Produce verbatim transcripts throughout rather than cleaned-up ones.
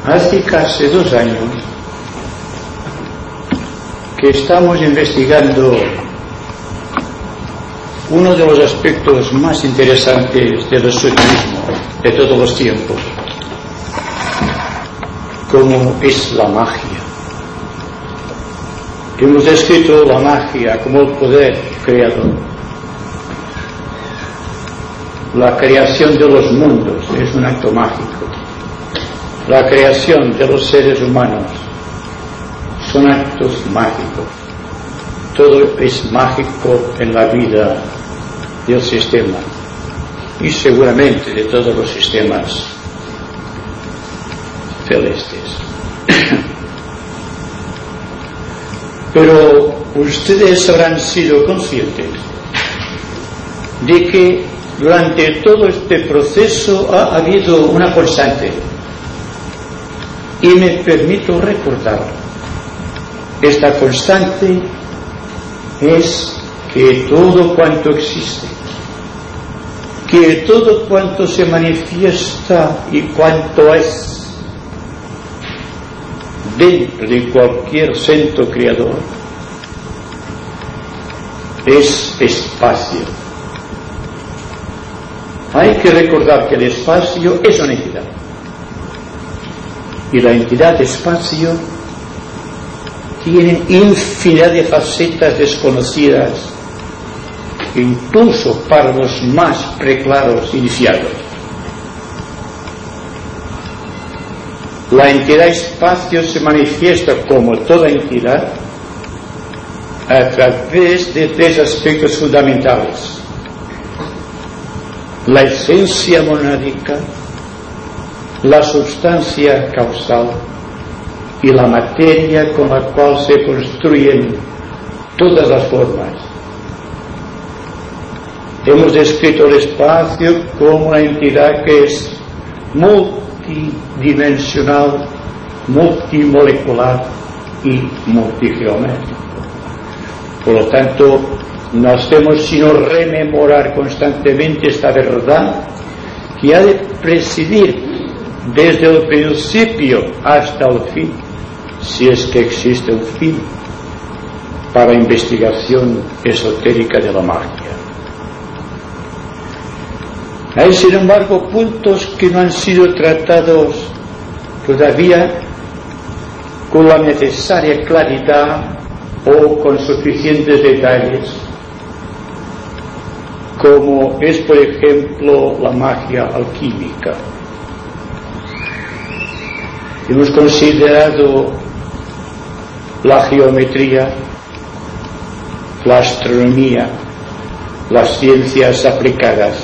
Hace casi dos años que estamos investigando uno de los aspectos más interesantes del esoterismo de todos los tiempos, como es la magia. Hemos descrito la magia como el poder creador. La creación de los mundos es un acto mágico. La creación de los seres humanos son actos mágicos. Todo es mágico en la vida del sistema y seguramente de todos los sistemas celestes. Pero ustedes habrán sido conscientes de que durante todo este proceso ha habido una constante, y me permito recordar, esta constante es que todo cuanto existe, que todo cuanto se manifiesta y cuanto es dentro de cualquier centro creador es espacio. Hay que recordar que el espacio es una entidad, y la entidad espacio tiene infinidad de facetas desconocidas, incluso para los más preclaros iniciados. La entidad espacio se manifiesta, como toda entidad, a través de tres aspectos fundamentales: la esencia monádica, la sustancia causal y la materia con la cual se construyen todas las formas. Hemos descrito el espacio como una entidad que es multidimensional, multimolecular y multigeométrico. Por lo tanto, no hacemos sino rememorar constantemente esta verdad que ha de presidir desde el principio hasta el fin, si es que existe un fin para la investigación esotérica de la magia. Hay, sin embargo, puntos que no han sido tratados todavía con la necesaria claridad o con suficientes detalles, como es, por ejemplo, la magia alquímica. Hemos considerado la geometría, la astronomía, las ciencias aplicadas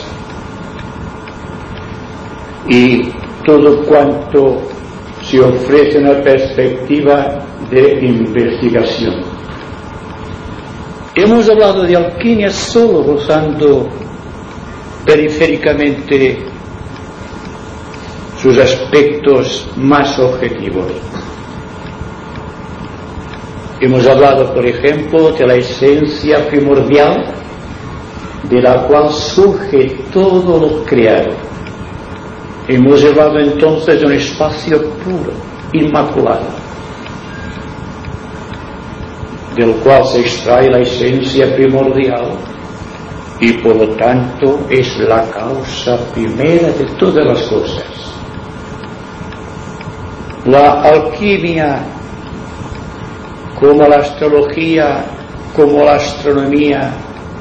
y todo cuanto se ofrece una perspectiva de investigación. Hemos hablado de alquimia solo rozando periféricamente sus aspectos más objetivos. Hemos hablado, por ejemplo, de la esencia primordial de la cual surge todo lo creado. Hemos hablado entonces de un espacio puro, inmaculado, del cual se extrae la esencia primordial y por lo tanto es la causa primera de todas las cosas. La alquimia, como la astrología, como la astronomía,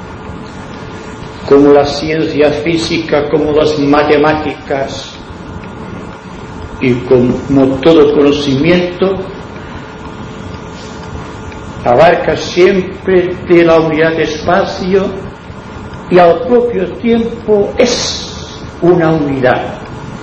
como la ciencia física, como las matemáticas y como todo conocimiento, abarca siempre de la unidad de espacio y al propio tiempo es una unidad.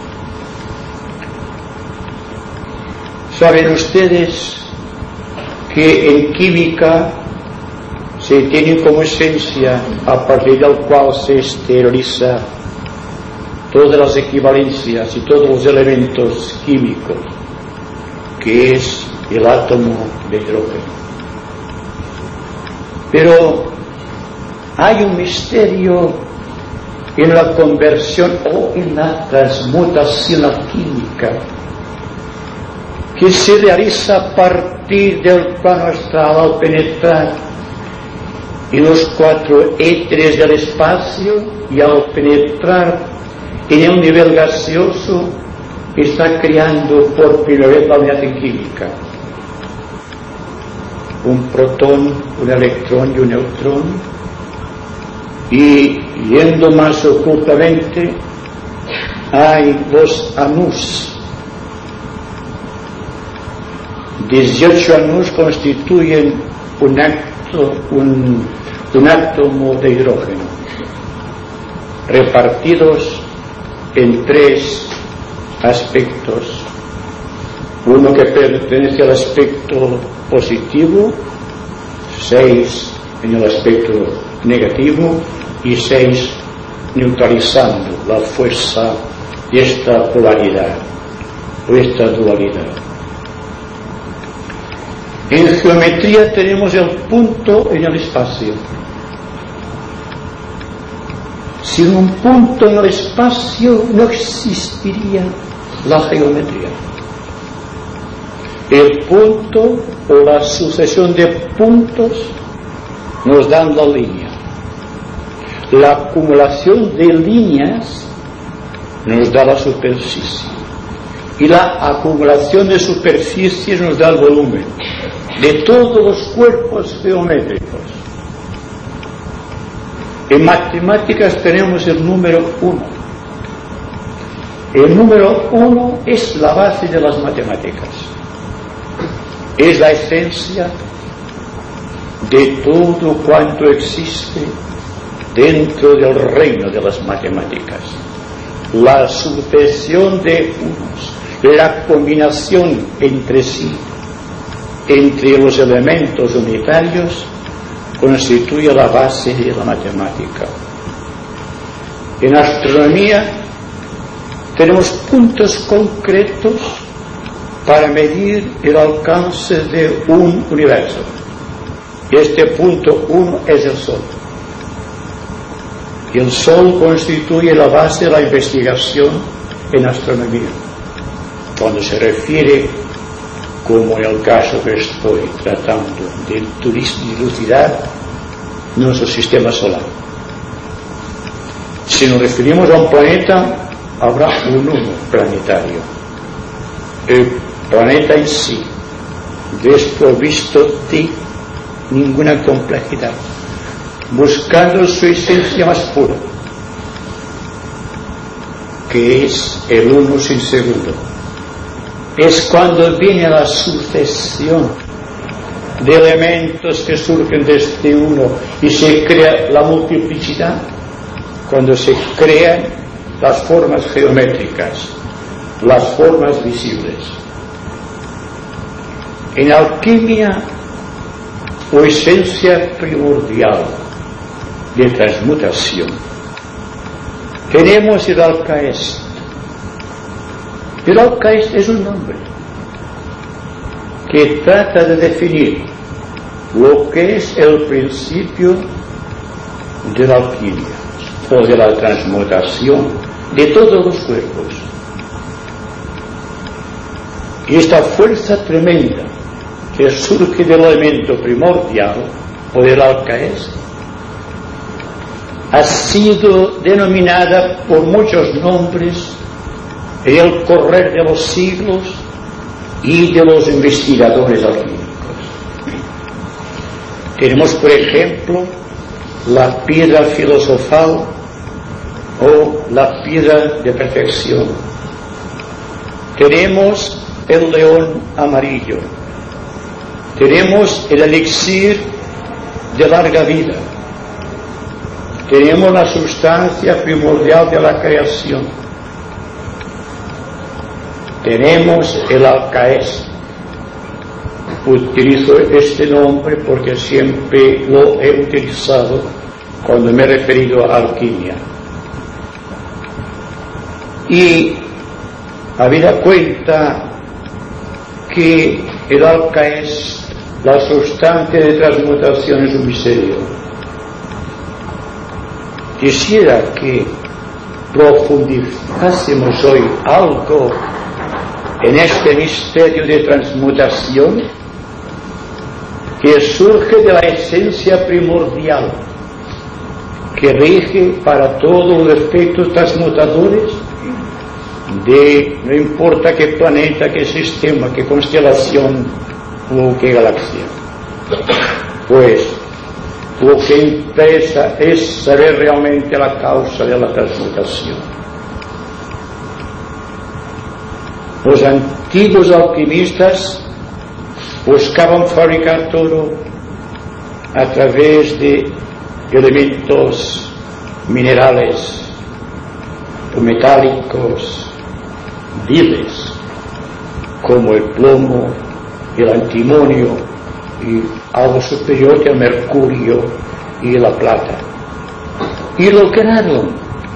Saben ustedes que en química se tiene como esencia, a partir del cual se exterioriza todas las equivalencias y todos los elementos químicos, que es el átomo de hidrógeno. Pero hay un misterio en la conversión o en la transmutación alquímica que se realiza a partir del plano astral al penetrar en los cuatro éteres del espacio y al penetrar en un nivel gaseoso está creando por primera vez la unidad química. Un protón, un electrón y un neutrón, y yendo más ocultamente hay los anus. dieciocho anus constituyen un, acto, un, un átomo de hidrógeno, repartidos en tres aspectos. Uno que pertenece al aspecto positivo, seis en el aspecto negativo y seis neutralizando la fuerza de esta polaridad o esta dualidad. En geometría tenemos el punto en el espacio. Sin un punto en el espacio no existiría la geometría. El punto o la sucesión de puntos nos dan la línea. La acumulación de líneas nos da la superficie. Y la acumulación de superficies nos da el volumen de todos los cuerpos geométricos. En matemáticas tenemos el número uno. El número uno es la base de las matemáticas. Es la esencia de todo cuanto existe dentro del reino de las matemáticas. La sucesión de unos, la combinación entre sí, entre los elementos unitarios, constituye la base de la matemática. En astronomía tenemos puntos concretos para medir el alcance de un universo. Este punto uno es el Sol. Y el Sol constituye la base de la investigación en astronomía. Cuando se refiere, como en el caso que estoy tratando, de dilucidar nuestro sistema solar. Si nos referimos a un planeta, habrá un uno planetario. El planeta en sí, desprovisto de ninguna complejidad, buscando su esencia más pura, que es el uno sin segundo. Es cuando viene la sucesión de elementos que surgen de este uno y se crea la multiplicidad, cuando se crean las formas geométricas, las formas visibles. En alquimia, o esencia primordial de transmutación, tenemos el alcaest. El alcaest es un nombre que trata de definir lo que es el principio de la alquimia o de la transmutación de todos los cuerpos. Y esta fuerza tremenda que surge del elemento primordial o del alcaest ha sido denominada por muchos nombres en el correr de los siglos y de los investigadores alquímicos. Tenemos, por ejemplo, la piedra filosofal o la piedra de perfección. Tenemos el león amarillo. Tenemos el elixir de larga vida. Tenemos la sustancia primordial de la creación. Tenemos el alcaest. Utilizo este nombre porque siempre lo he utilizado cuando me he referido a alquimia. Y habida cuenta que el alcaest, la sustancia de transmutación, es un misterio, quisiera que profundizásemos hoy algo en este misterio de transmutación que surge de la esencia primordial que rige para todos los efectos transmutadores de no importa qué planeta, qué sistema, qué constelación o qué galaxia. Pues lo que interesa es saber realmente la causa de la transmutación. Los antiguos alquimistas buscaban fabricar todo a través de elementos minerales o metálicos viles, como el plomo, el antimonio y algo superior que el mercurio y la plata. Y lograron,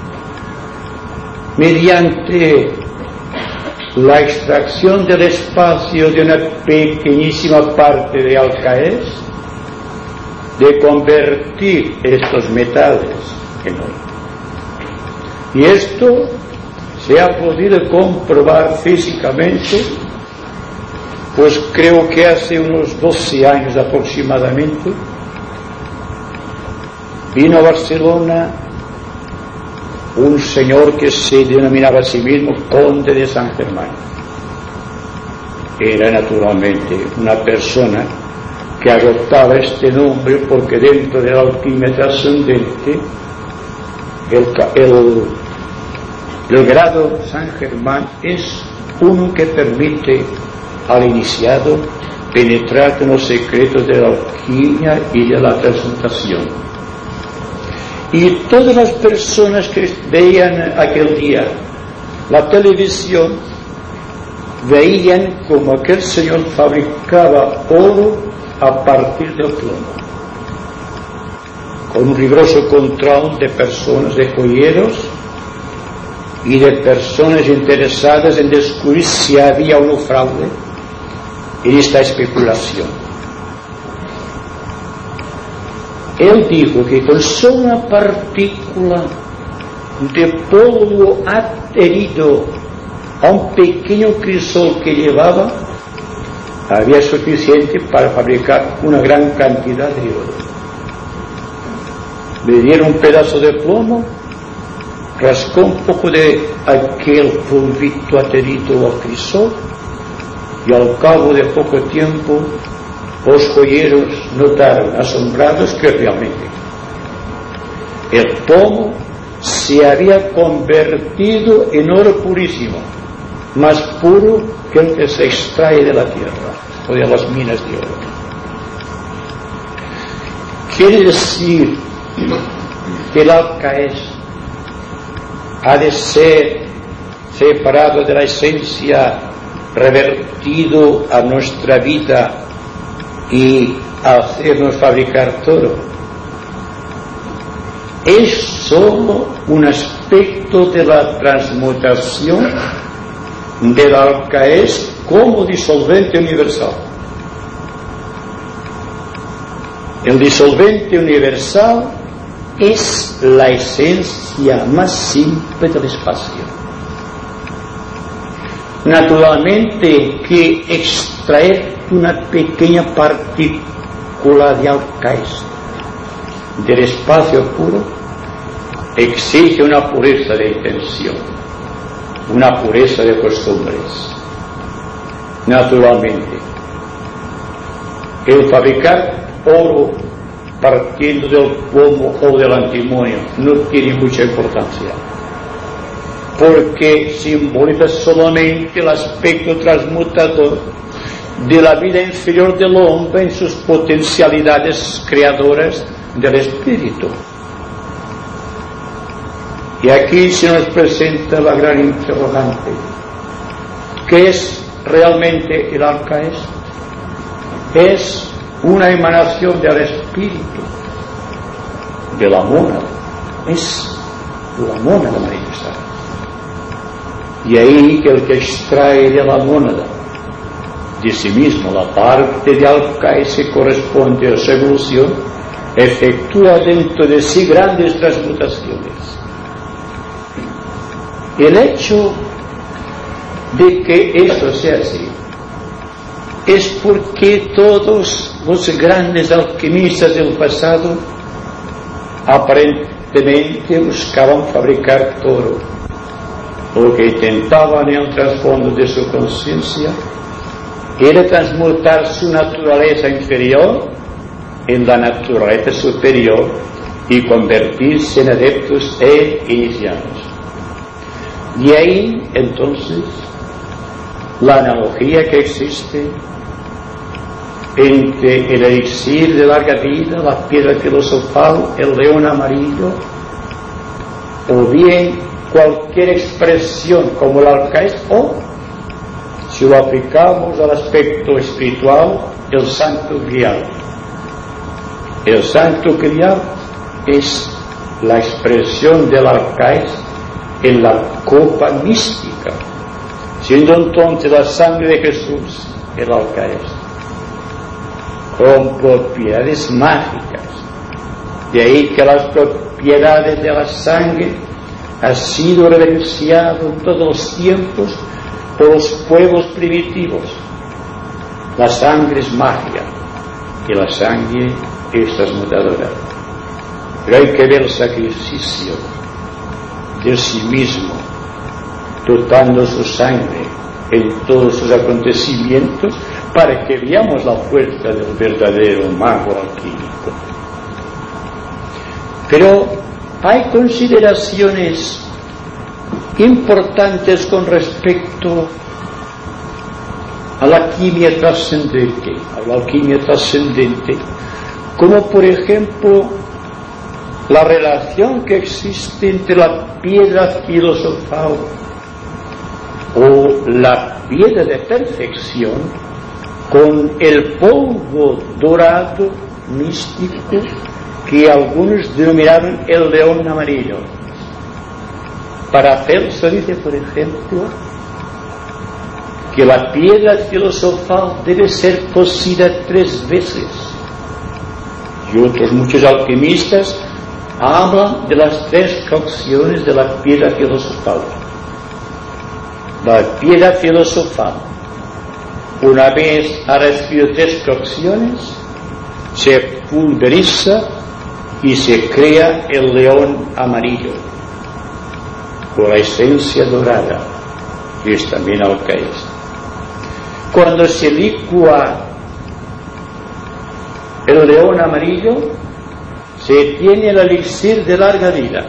mediante la extracción del espacio de una pequeñísima parte de Alcaés, de convertir estos metales en oro. Y esto se ha podido comprobar físicamente, pues creo que hace unos doce años aproximadamente vino a Barcelona un señor que se denominaba a sí mismo Conde de San Germán. Era naturalmente una persona que adoptaba este nombre porque dentro de la alquimia trascendente el, el, el grado San Germán es uno que permite al iniciado penetrar en los secretos de la alquimia y de la transmutación. Y todas las personas que veían aquel día la televisión veían como aquel señor fabricaba oro a partir del plomo, con un riguroso control de personas, de joyeros y de personas interesadas en descubrir si había o no fraude en esta especulación. Él dijo que con solo una partícula de polvo adherido a un pequeño crisol que llevaba había suficiente para fabricar una gran cantidad de oro. Le dieron un pedazo de plomo, rascó un poco de aquel polvito adherido al crisol y al cabo de poco tiempo los joyeros notaron, asombrados, que realmente el plomo se había convertido en oro purísimo, más puro que el que se extrae de la tierra o de las minas de oro. Quiere decir que el Alcaés ha de ser separado de la esencia, revertido a nuestra vida y hacernos fabricar todo. Es solo un aspecto de la transmutación del Alcaés como disolvente universal. El disolvente universal es la esencia más simple del espacio. Naturalmente que extraer una pequeña partícula de Alcaés del espacio puro exige una pureza de intención, una pureza de costumbres. Naturalmente, el fabricar oro partiendo del plomo o del antimonio no tiene mucha importancia, porque simboliza solamente el aspecto transmutador de la vida inferior del hombre en sus potencialidades creadoras del espíritu. Y aquí se nos presenta la gran interrogante: ¿qué es realmente el Alcaés? Es una emanación del espíritu, de la mónada, es la mónada manifestada. Y ahí que el que extrae de la mónada de sí mismo la parte de Alcaés que corresponde a su evolución, efectúa dentro de sí grandes transmutaciones. El hecho de que esto sea así es porque todos los grandes alquimistas del pasado aparentemente buscaban fabricar todo. Lo que intentaban en el trasfondo de su conciencia era transmutar su naturaleza inferior en la naturaleza superior y convertirse en adeptos e iniciados. De ahí, entonces, la analogía que existe entre el elixir de larga vida, la piedra filosofal, el león amarillo, o bien cualquier expresión como el alcaes, o, si lo aplicamos al aspecto espiritual, el santo grial. El santo grial es la expresión del alcaes en la copa mística, siendo entonces la sangre de Jesús el alcaes, con propiedades mágicas. De ahí que las propiedades de la sangre han sido reverenciadas en todos los tiempos por los pueblos primitivos. La sangre es magia y la sangre es transmutadora. Pero hay que ver el sacrificio de sí mismo, dotando su sangre en todos sus acontecimientos, para que veamos la fuerza del verdadero mago alquímico. Pero hay consideraciones importantes con respecto a la alquimia trascendente, a la alquimia trascendente, como por ejemplo la relación que existe entre la piedra filosofal o la piedra de perfección con el polvo dorado místico que algunos denominaron el león amarillo. Para Celso dice, por ejemplo, que la piedra filosofal debe ser cocida tres veces, y otros muchos alquimistas hablan de las tres cocciones de la piedra filosofal. La piedra filosofal, una vez ha recibido tres cocciones, se pulveriza y se crea el león amarillo, con la esencia dorada, que es también alcaes. Cuando se licúa el león amarillo, se tiene el elixir de larga vida.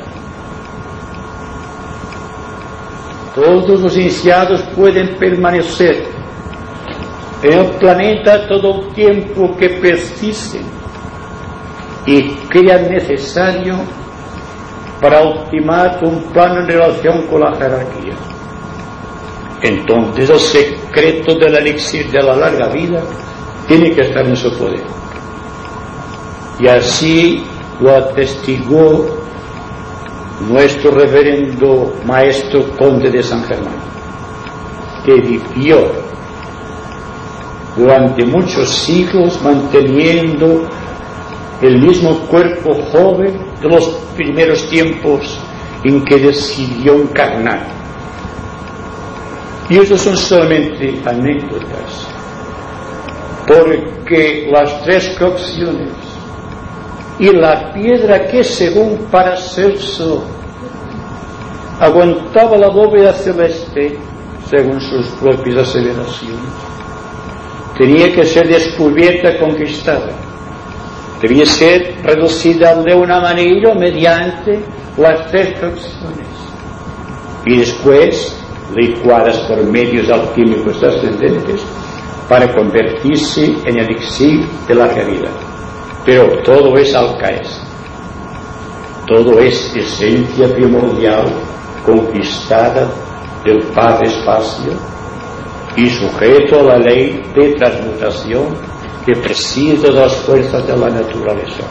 Todos los iniciados pueden permanecer en el planeta todo el tiempo que precisen y crean necesario para ultimar un plano en relación con la jerarquía. Entonces el secreto del elixir de la larga vida tiene que estar en su poder. Y así lo atestiguó nuestro reverendo maestro conde de San Germán, que vivió durante muchos siglos manteniendo el mismo cuerpo joven de los primeros tiempos en que decidió encarnar. Y eso son solamente anécdotas, porque las tres cocciones y la piedra que, según Paracelso, aguantaba la bóveda celeste, según sus propias aseveraciones, tenía que ser descubierta, conquistada, debía ser reducida al león amarillo mediante las tres cocciones y después licuadas por medios alquímicos trascendentes para convertirse en elixir de larga vida. Pero todo es alcaes, todo es esencia primordial conquistada del Padre Espacio y sujeto a la ley de transmutación que preside todas las fuerzas de la naturaleza.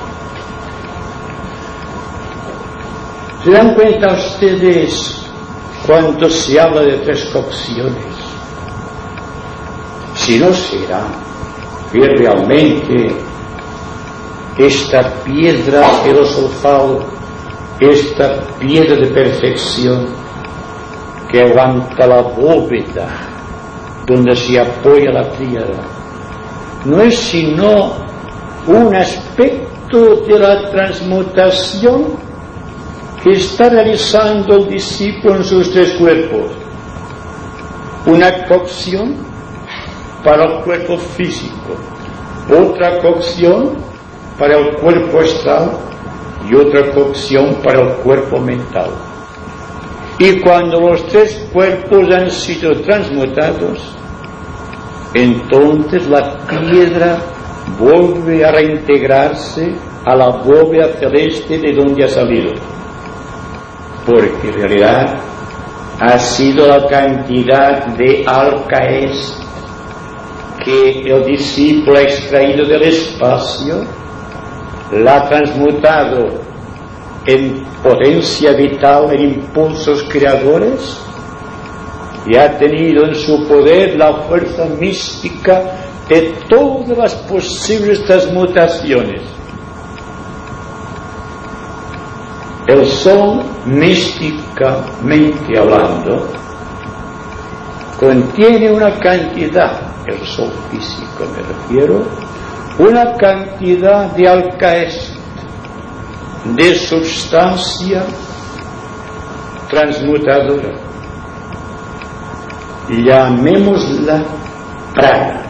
¿Se dan cuenta ustedes cuando se habla de tres cocciones? Si no será que realmente esta piedra filosofal, esta piedra de perfección que aguanta la bóveda donde se apoya la tríada, no es sino un aspecto de la transmutación que está realizando el discípulo en sus tres cuerpos. Una cocción para el cuerpo físico, otra cocción para el cuerpo astral y otra cocción para el cuerpo mental. Y cuando los tres cuerpos han sido transmutados, entonces la piedra vuelve a reintegrarse a la bóveda celeste de donde ha salido, porque en realidad ha sido la cantidad de alcaes que el discípulo ha extraído del espacio, la ha transmutado en potencia vital, en impulsos creadores, y ha tenido en su poder la fuerza mística de todas las posibles transmutaciones. El sol, místicamente hablando, contiene una cantidad, el sol físico me refiero, una cantidad de alcaes, de sustancia transmutadora, llamémosla prana,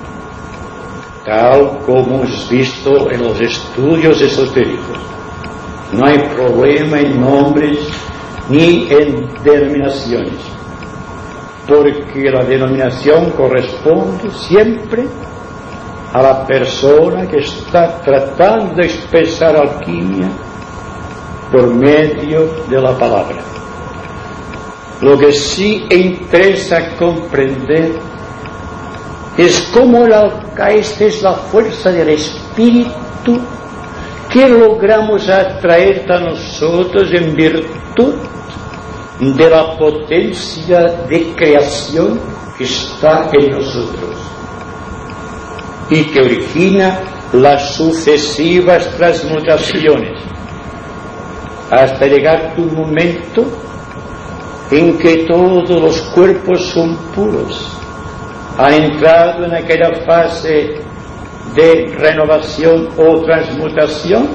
tal como hemos visto en los estudios esotéricos. No hay problema en nombres ni en denominaciones, porque la denominación corresponde siempre a la persona que está tratando de expresar alquimia por medio de la palabra. Lo que sí interesa comprender es cómo el alcaeste es la fuerza del espíritu que logramos atraer a nosotros en virtud de la potencia de creación que está en nosotros y que origina las sucesivas transmutaciones hasta llegar un momento en que todos los cuerpos son puros, han entrado en aquella fase de renovación o transmutación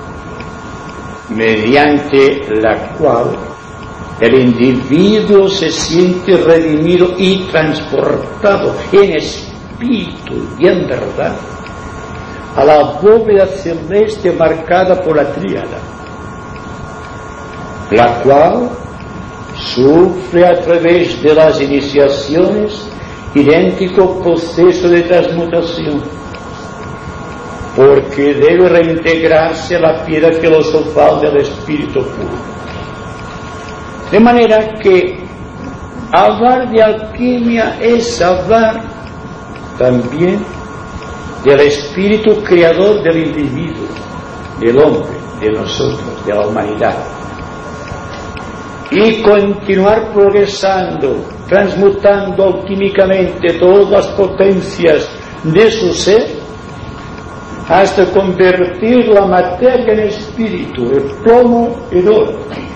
mediante la cual el individuo se siente redimido y transportado en espíritu y en verdad a la bóveda celeste marcada por la tríada, la cual sufre a través de las iniciaciones idéntico proceso de transmutación, porque debe reintegrarse a la piedra filosofal del espíritu puro. De manera que hablar de alquimia es hablar también del espíritu creador del individuo, del hombre, de nosotros, de la humanidad, y continuar progresando, transmutando alquímicamente todas las potencias de su ser hasta convertir la materia en espíritu, el plomo en oro,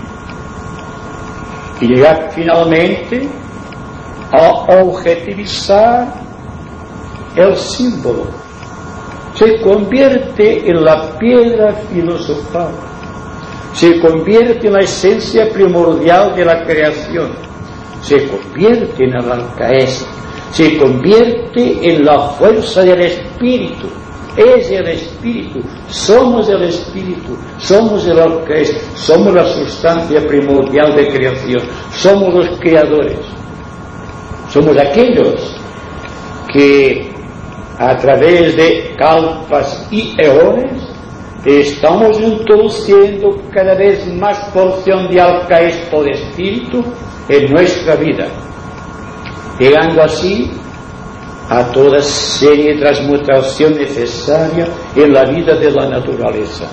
y llegar finalmente a objetivizar el símbolo. Se convierte en la piedra filosofal, se convierte en la esencia primordial de la creación, se convierte en el alcaeste, se convierte en la fuerza del espíritu. Es el espíritu, somos el espíritu, somos el alcaeste, somos la sustancia primordial de creación, somos los creadores, somos aquellos que a través de kalpas y eones estamos introduciendo cada vez más porción de alcaeste de espíritu en nuestra vida, llegando así a toda serie de transmutación necesaria en la vida de la naturaleza.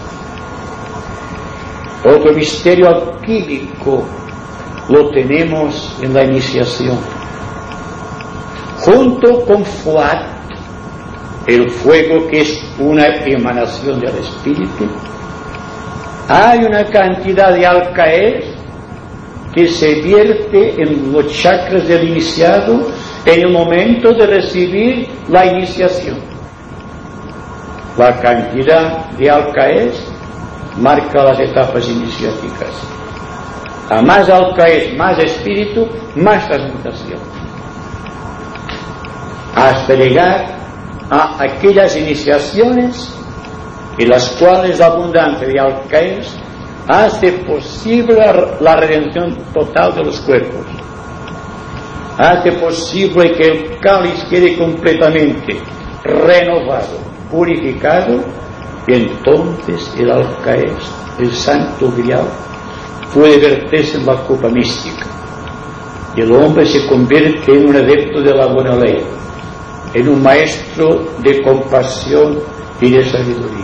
Otro misterio alquímico lo tenemos en la iniciación. Junto con Fuat, el fuego que es una emanación del espíritu, hay una cantidad de alcaes que se vierte en los chakras del iniciado en el momento de recibir la iniciación. La cantidad de alcaes marca las etapas iniciáticas. A más alcaes, más espíritu, más transmutación. Hasta llegar a aquellas iniciaciones en las cuales la abundancia de alcaes hace posible la redención total de los cuerpos. Hace posible que el cáliz quede completamente renovado, purificado, y entonces el alcaes, el santo grial, puede verterse en la copa mística. Y el hombre se convierte en un adepto de la buena ley, en un maestro de compasión y de sabiduría.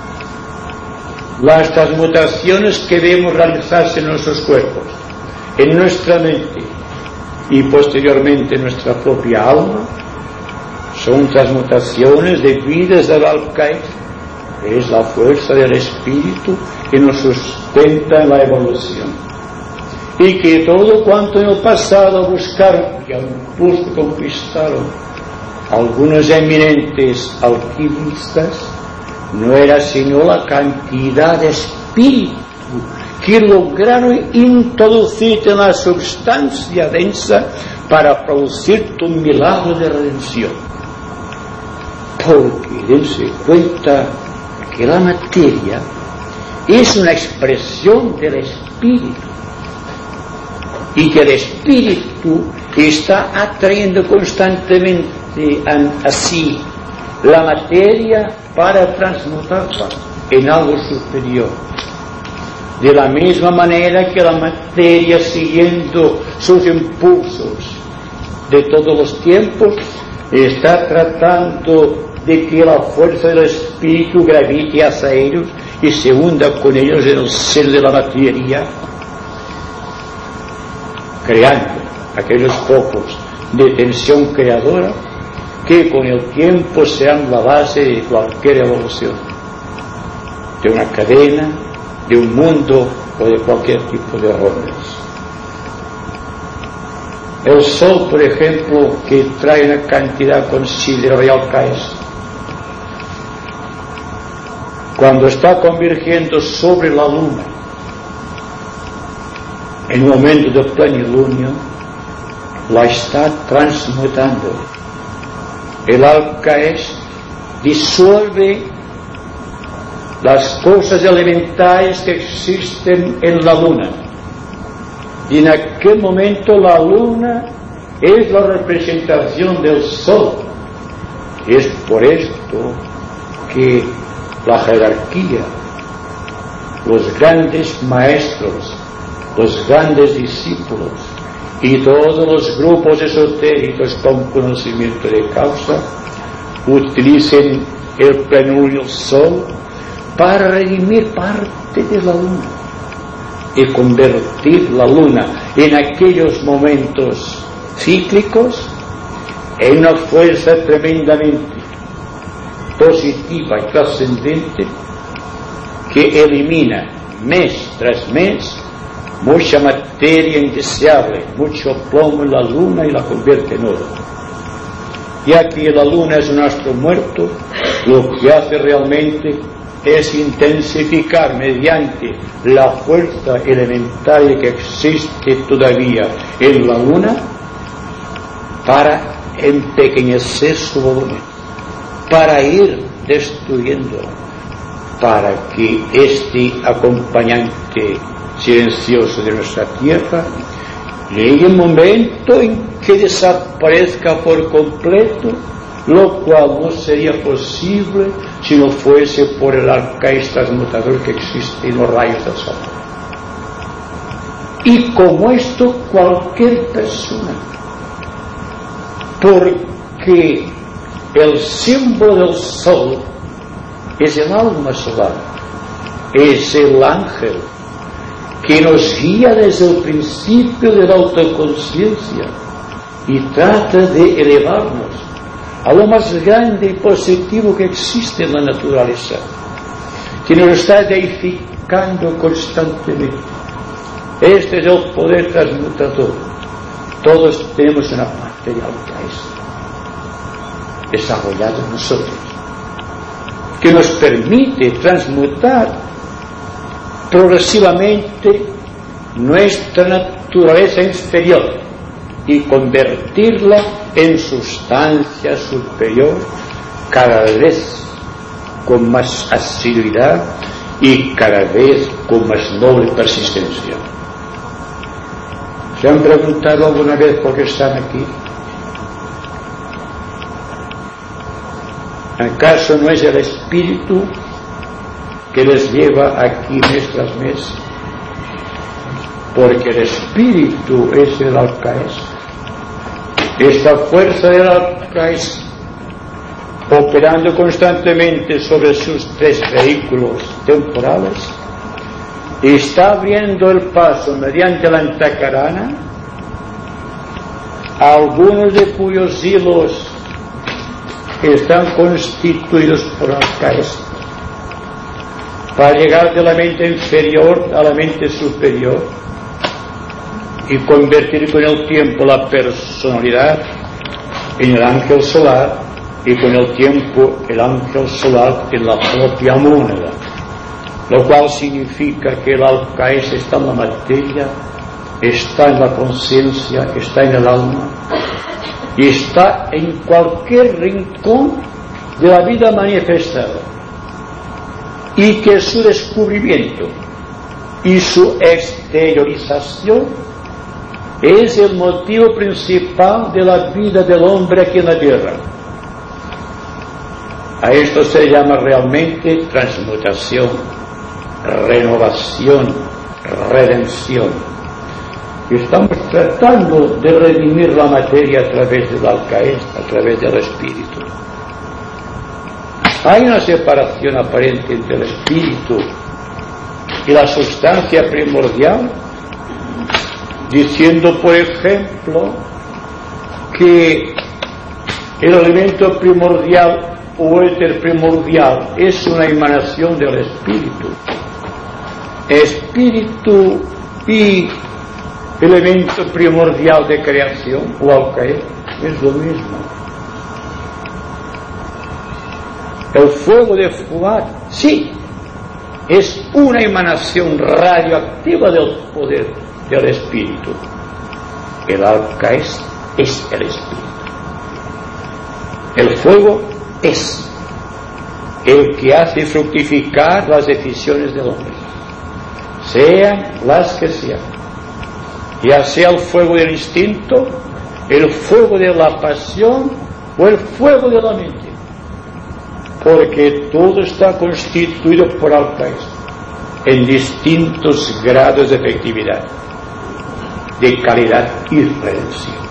Las transmutaciones que debemos realizarse en nuestros cuerpos, en nuestra mente y posteriormente en nuestra propia alma, son transmutaciones debidas al alcaes, que es la fuerza del espíritu que nos sustenta en la evolución, y que todo cuanto en el pasado buscaron y aún conquistaron algunos eminentes alquimistas, no era sino la cantidad de espíritu que lograron introducirte en la substancia densa para producirte un milagro de redención. Porque dense cuenta que la materia es una expresión del espíritu, y que el espíritu está atrayendo constantemente así la materia para transmutarla en algo superior. De la misma manera que la materia, siguiendo sus impulsos de todos los tiempos, está tratando de que la fuerza del espíritu gravite hacia ellos y se hunda con ellos en el seno de la materia, creando aquellos focos de tensión creadora que con el tiempo serán la base de cualquier evolución, de una cadena, de un mundo o de cualquier tipo de órdenes. El sol, por ejemplo, que trae una cantidad considerable de alcaes, cuando está convergiendo sobre la luna en un momento de plenilunio, la está transmutando. El alcaes disuelve las cosas elementales que existen en la luna, y en aquel momento la luna es la representación del sol. Es por esto que la jerarquía, los grandes maestros, los grandes discípulos y todos los grupos esotéricos con conocimiento de causa utilicen el plenilunio sol para redimir parte de la luna y convertir la luna en aquellos momentos cíclicos en una fuerza tremendamente positiva y trascendente que elimina mes tras mes mucha materia indeseable, mucho plomo en la luna y la convierte en oro. Ya que la luna es un astro muerto, lo que hace realmente es intensificar mediante la fuerza elementaria que existe todavía en la luna para empequeñecer su volumen, para ir destruyéndola, para que este acompañante silencioso de nuestra tierra llegue un momento en que desaparezca por completo, lo cual no sería posible si no fuese por el alcaes transmutador que existe en los rayos del sol. Y como esto cualquier persona, porque el símbolo del sol es el alma solar, es el ángel que nos guía desde el principio de la autoconciencia y trata de elevarnos a lo más grande y positivo que existe en la naturaleza, que nos está deificando constantemente. Este es el poder transmutador todos tenemos una parte de alcaes desarrollada en nosotros, que nos permite transmutar progresivamente nuestra naturaleza inferior y convertirla en sustancia superior cada vez con más asiduidad y cada vez con más noble persistencia. ¿Se han preguntado alguna vez por qué están aquí? ¿Acaso no es el espíritu que les lleva aquí mes tras mes? Porque el espíritu es el alcaes. Esta fuerza del alcaes, operando constantemente sobre sus tres vehículos temporales, está abriendo el paso mediante la antacarana a algunos de cuyos hilos están constituidos por alcaes, para llegar de la mente inferior a la mente superior y convertir con el tiempo la personalidad en el ángel solar y con el tiempo el ángel solar en la propia mónada, lo cual significa que el alcaes está en la materia, está en la conciencia, está en el alma y está en cualquier rincón de la vida manifestada, y que su descubrimiento y su exteriorización es el motivo principal de la vida del hombre aquí en la tierra. A esto se llama realmente transmutación, renovación, redención. Y estamos tratando de redimir la materia a través del alcaes, a través del espíritu. Hay una separación aparente entre el espíritu y la sustancia primordial, diciendo, por ejemplo, que el elemento primordial o éter primordial es una emanación del espíritu. Espíritu y elemento primordial de creación o alcaes es lo mismo. El fuego de Fuat, sí, es una emanación radioactiva del poder del espíritu. El alcaes es el espíritu. El fuego es el que hace fructificar las decisiones del hombre, sean las que sean, ya sea el fuego del instinto, el fuego de la pasión o el fuego de la mente, porque todo está constituido por alcaes en distintos grados de efectividad, de calidad y redención.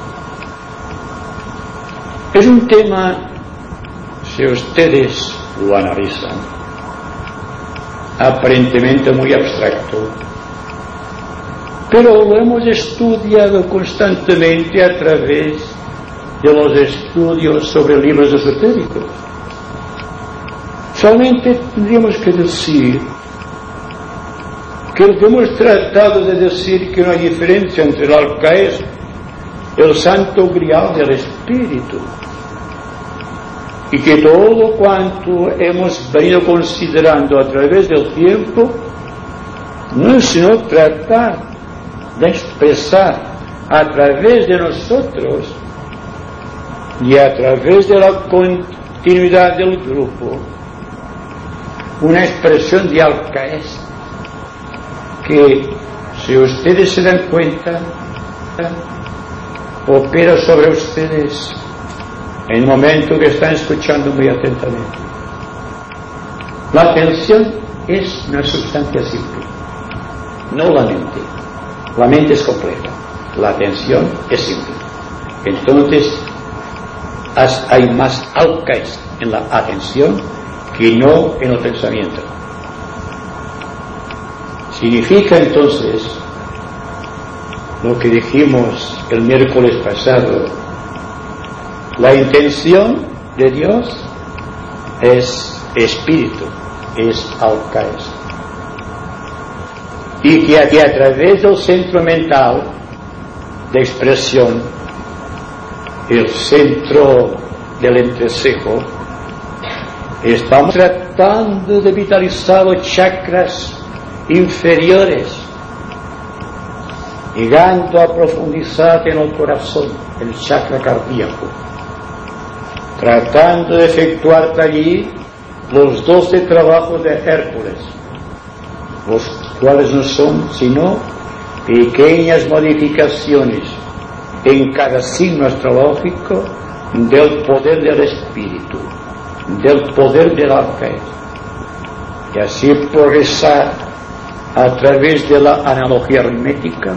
Es un tema, si ustedes lo analizan, aparentemente muy abstracto, pero lo hemos estudiado constantemente a través de los estudios sobre libros esotéricos. Solamente tendríamos que decir que lo que hemos tratado de decir, que no hay diferencia entre el alcaes, el santo grial del espíritu, y que todo cuanto hemos venido considerando a través del tiempo no es sino tratar de expresar a través de nosotros y a través de la continuidad del grupo una expresión de alcaes que, si ustedes se dan cuenta, opera sobre ustedes en el momento que están escuchando muy atentamente. La atención es una sustancia simple, no la mente. La mente es compleja, la atención es simple. Entonces hay más alcaes en la atención que no en el pensamiento. Significa entonces lo que dijimos el miércoles pasado: la intención de Dios es espíritu, es alcaes, y que a, que a través del centro mental de expresión, el centro del entrecejo, estamos tratando de vitalizar los chakras inferiores, llegando a profundizar en el corazón, el chakra cardíaco, tratando de efectuar allí los doce trabajos de Hércules, los cuales no son sino pequeñas modificaciones en cada signo astrológico del poder del espíritu, del poder del arcángel, y así progresar a través de la analogía aritmética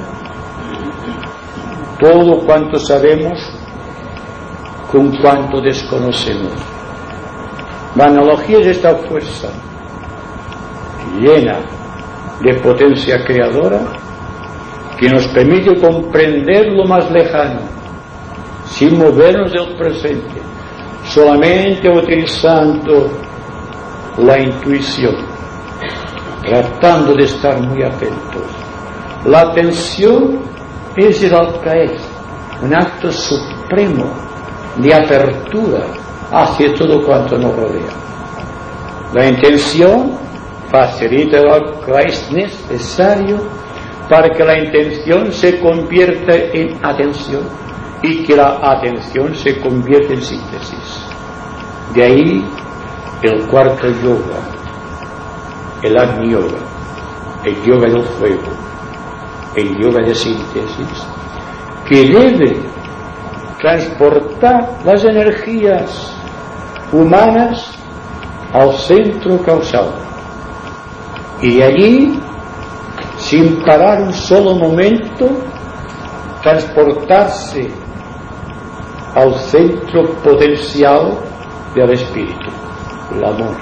todo cuanto sabemos con cuanto desconocemos. La analogía es esta fuerza llena de potencia creadora que nos permite comprender lo más lejano sin movernos del presente, solamente utilizando la intuición, tratando de estar muy atentos. La atención es el alcaez, un acto supremo de apertura hacia todo cuanto nos rodea. La intención facilita el alcaez necesario para que la intención se convierta en atención y que la atención se convierta en síntesis. De ahí el cuarto yoga, el Agni Yoga, el yoga del fuego, el yoga de síntesis, que debe transportar las energías humanas al centro causal y allí, sin parar un solo momento, transportarse al centro potencial del espíritu, el amor.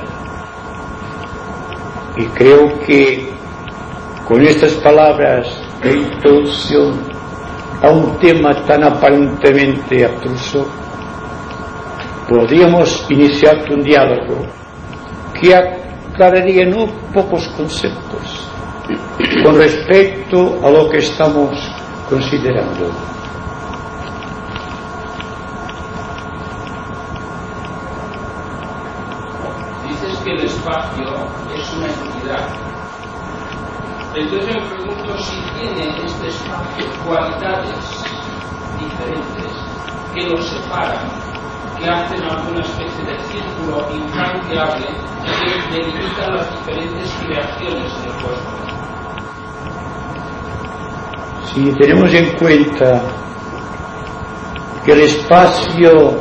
Y creo que con estas palabras de introducción a un tema tan aparentemente abstruso, podríamos iniciar un diálogo que aclararía no pocos conceptos con respecto a lo que estamos considerando. Dices que el espacio es una entidad. Entonces me pregunto si tiene este espacio cualidades diferentes que lo separan, que hacen alguna especie de círculo infranqueable que delimitan las diferentes creaciones del cosmos. Si tenemos en cuenta que el espacio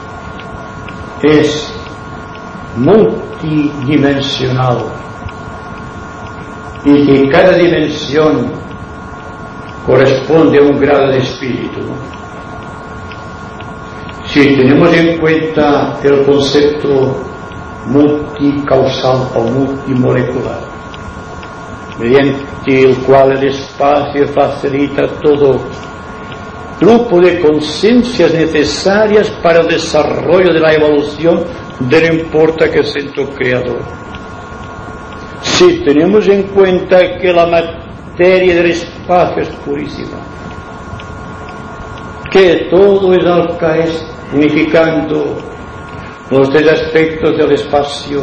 es multidimensional y que cada dimensión corresponde a un grado de espíritu, si tenemos en cuenta el concepto multicausal o multimolecular, mediante el cual el espacio facilita todo grupo de conciencias necesarias para el desarrollo de la evolución de no importa qué centro creador. Si tenemos en cuenta que la materia del espacio es purísima, que todo es alcaez, unificando los tres aspectos del espacio,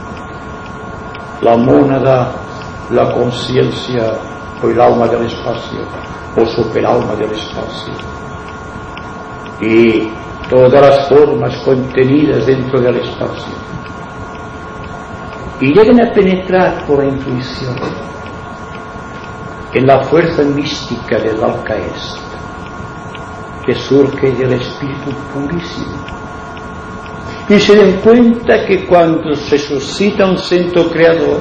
la mónada, la conciencia o el alma del espacio o superalma del espacio, y todas las formas contenidas dentro del espacio, y llegan a penetrar por la intuición en la fuerza mística del alcaez que surge del espíritu purísimo, y se den cuenta que cuando se suscita un centro creador,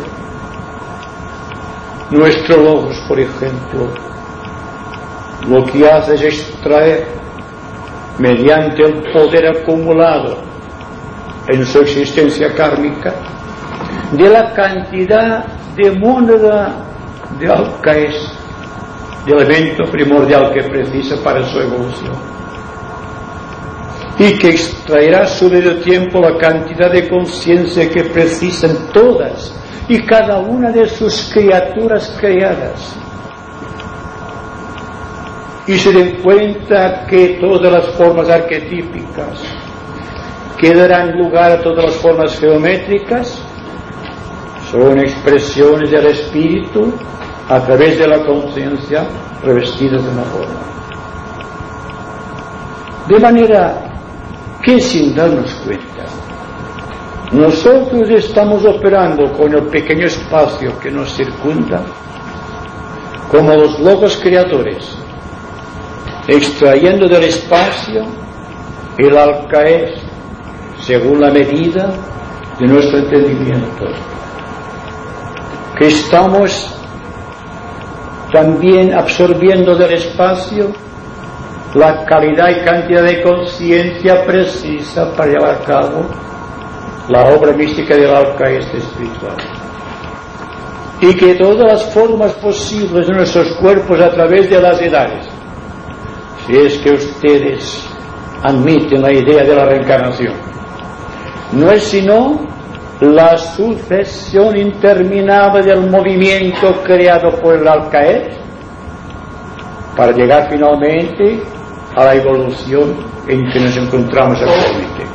nuestro logos, por ejemplo, lo que hace es extraer, mediante el poder acumulado en su existencia kármica, de la cantidad de mónada de alcaez, del evento primordial que precisa para su evolución, y que extraerá a su medio tiempo la cantidad de conciencia que precisan todas y cada una de sus criaturas creadas, y se den cuenta que todas las formas arquetípicas que darán lugar a todas las formas geométricas son expresiones del espíritu a través de la conciencia revestidas de una forma. De manera que, sin darnos cuenta, nosotros estamos operando con el pequeño espacio que nos circunda como los logos creadores, extrayendo del espacio el alcaez según la medida de nuestro entendimiento, que estamos también absorbiendo del espacio la calidad y cantidad de conciencia precisa para llevar a cabo la obra mística del alcaez espiritual, y que todas las formas posibles de nuestros cuerpos a través de las edades, si es que ustedes admiten la idea de la reencarnación, no es sino la sucesión interminable del movimiento creado por el alcaez para llegar finalmente a la evolución en que nos encontramos actualmente,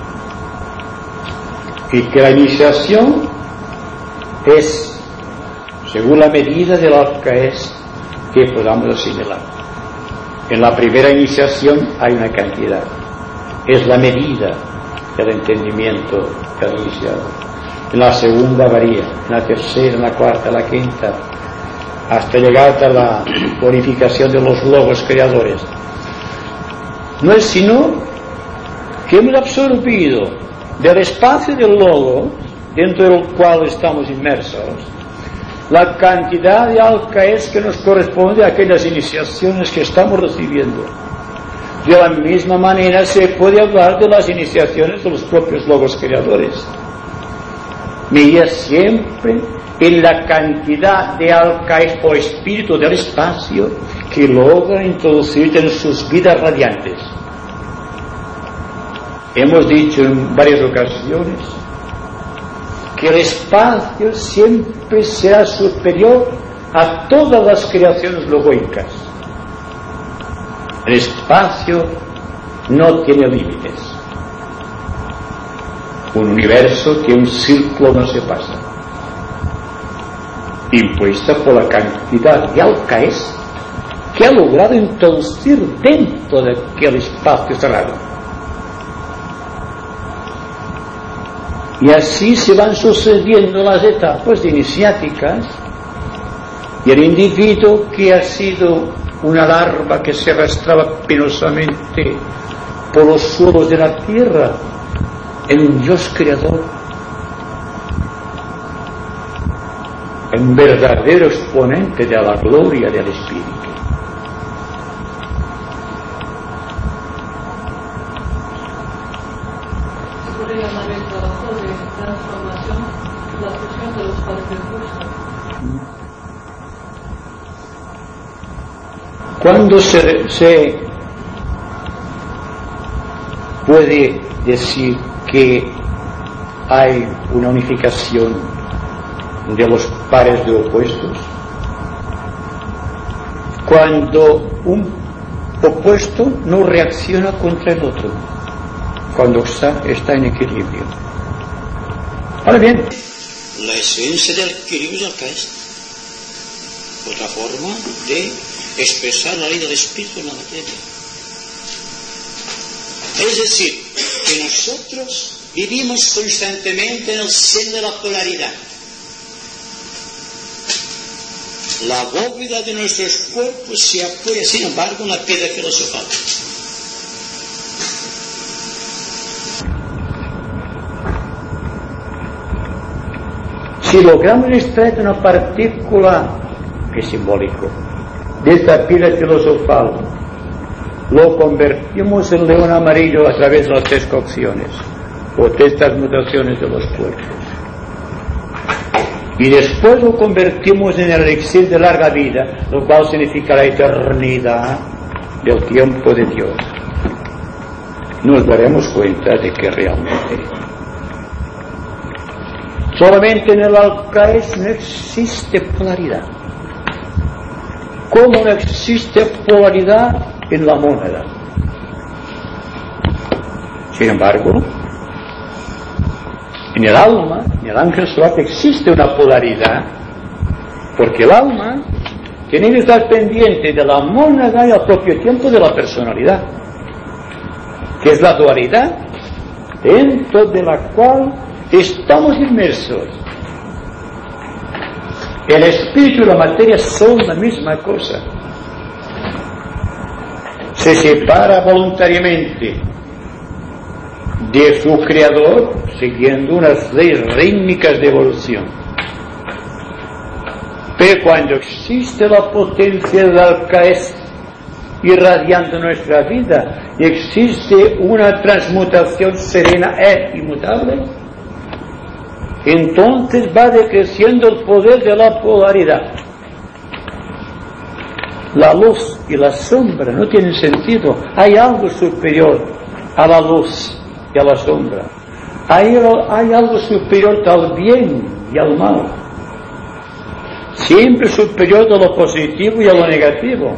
y que la iniciación es según la medida del alcaez que podamos asimilar. En la primera iniciación hay una cantidad, es la medida del entendimiento del iniciado. En la segunda varía, en la tercera, en la cuarta, en la quinta, hasta llegar a la glorificación de los logos creadores. No es sino que hemos absorbido del espacio del logo dentro del cual estamos inmersos la cantidad de alcaez que nos corresponde a aquellas iniciaciones que estamos recibiendo. De la misma manera se puede hablar de las iniciaciones de los propios logos creadores. Medida siempre en la cantidad de alcaez o espíritu del espacio que logra introducir en sus vidas radiantes. Hemos dicho en varias ocasiones que el espacio siempre será superior a todas las creaciones logoicas. El espacio no tiene límites. Un universo que un círculo no se pasa, impuesta por la cantidad de alcaez que ha logrado introducir dentro de aquel espacio cerrado. Y así se van sucediendo las etapas iniciáticas, y el individuo que ha sido una larva que se arrastraba penosamente por los suelos de la tierra en un Dios creador, en verdadero exponente de la gloria del Espíritu. ¿Cuándo se, se puede decir que hay una unificación de los pares de opuestos? Cuando un opuesto no reacciona contra el otro, cuando está, está en equilibrio. Ahora bien, la esencia del equilibrio es el alcaez, otra forma de expresar la ley del espíritu en la materia. Es decir, que nosotros vivimos constantemente en el seno de la polaridad. La bóveda de nuestros cuerpos se apoya, sin embargo, en la piedra filosofal. Si logramos extraer una partícula, que es simbólico, de esta piedra filosofal, lo convertimos en león amarillo a través de las tres cocciones o de estas mutaciones de los cuerpos, y después lo convertimos en el elixir de larga vida, lo cual significa la eternidad del tiempo de Dios. Nos daremos cuenta de que realmente solamente en el alcaez no existe polaridad. Como no existe polaridad en la mónada. Sin embargo, en el alma, en el ángel solar, existe una polaridad, porque el alma tiene que estar pendiente de la mónada y al propio tiempo de la personalidad, que es la dualidad dentro de la cual estamos inmersos. El espíritu y la materia son la misma cosa. Se separa voluntariamente de su creador siguiendo unas leyes rítmicas de evolución. Pero cuando existe la potencia del Alcaes irradiando nuestra vida y existe una transmutación serena e inmutable, entonces va decreciendo el poder de la polaridad. La luz y la sombra no tienen sentido. Hay algo superior a la luz y a la sombra. Hay, hay algo superior al bien y al mal. Siempre superior a lo positivo y a lo negativo.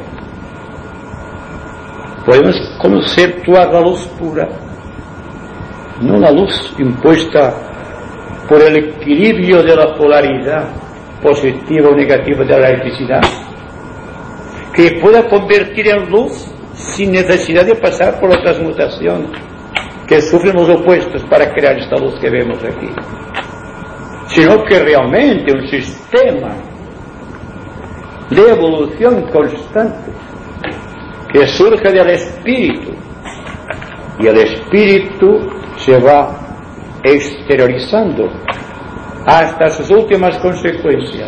Podemos conceptuar la luz pura, no la luz impuesta por el equilibrio de la polaridad positiva o negativa de la electricidad, que pueda convertir en luz sin necesidad de pasar por la transmutación que sufren los opuestos para crear esta luz que vemos aquí, sino que realmente un sistema de evolución constante que surge del espíritu, y el espíritu se va exteriorizando hasta sus últimas consecuencias,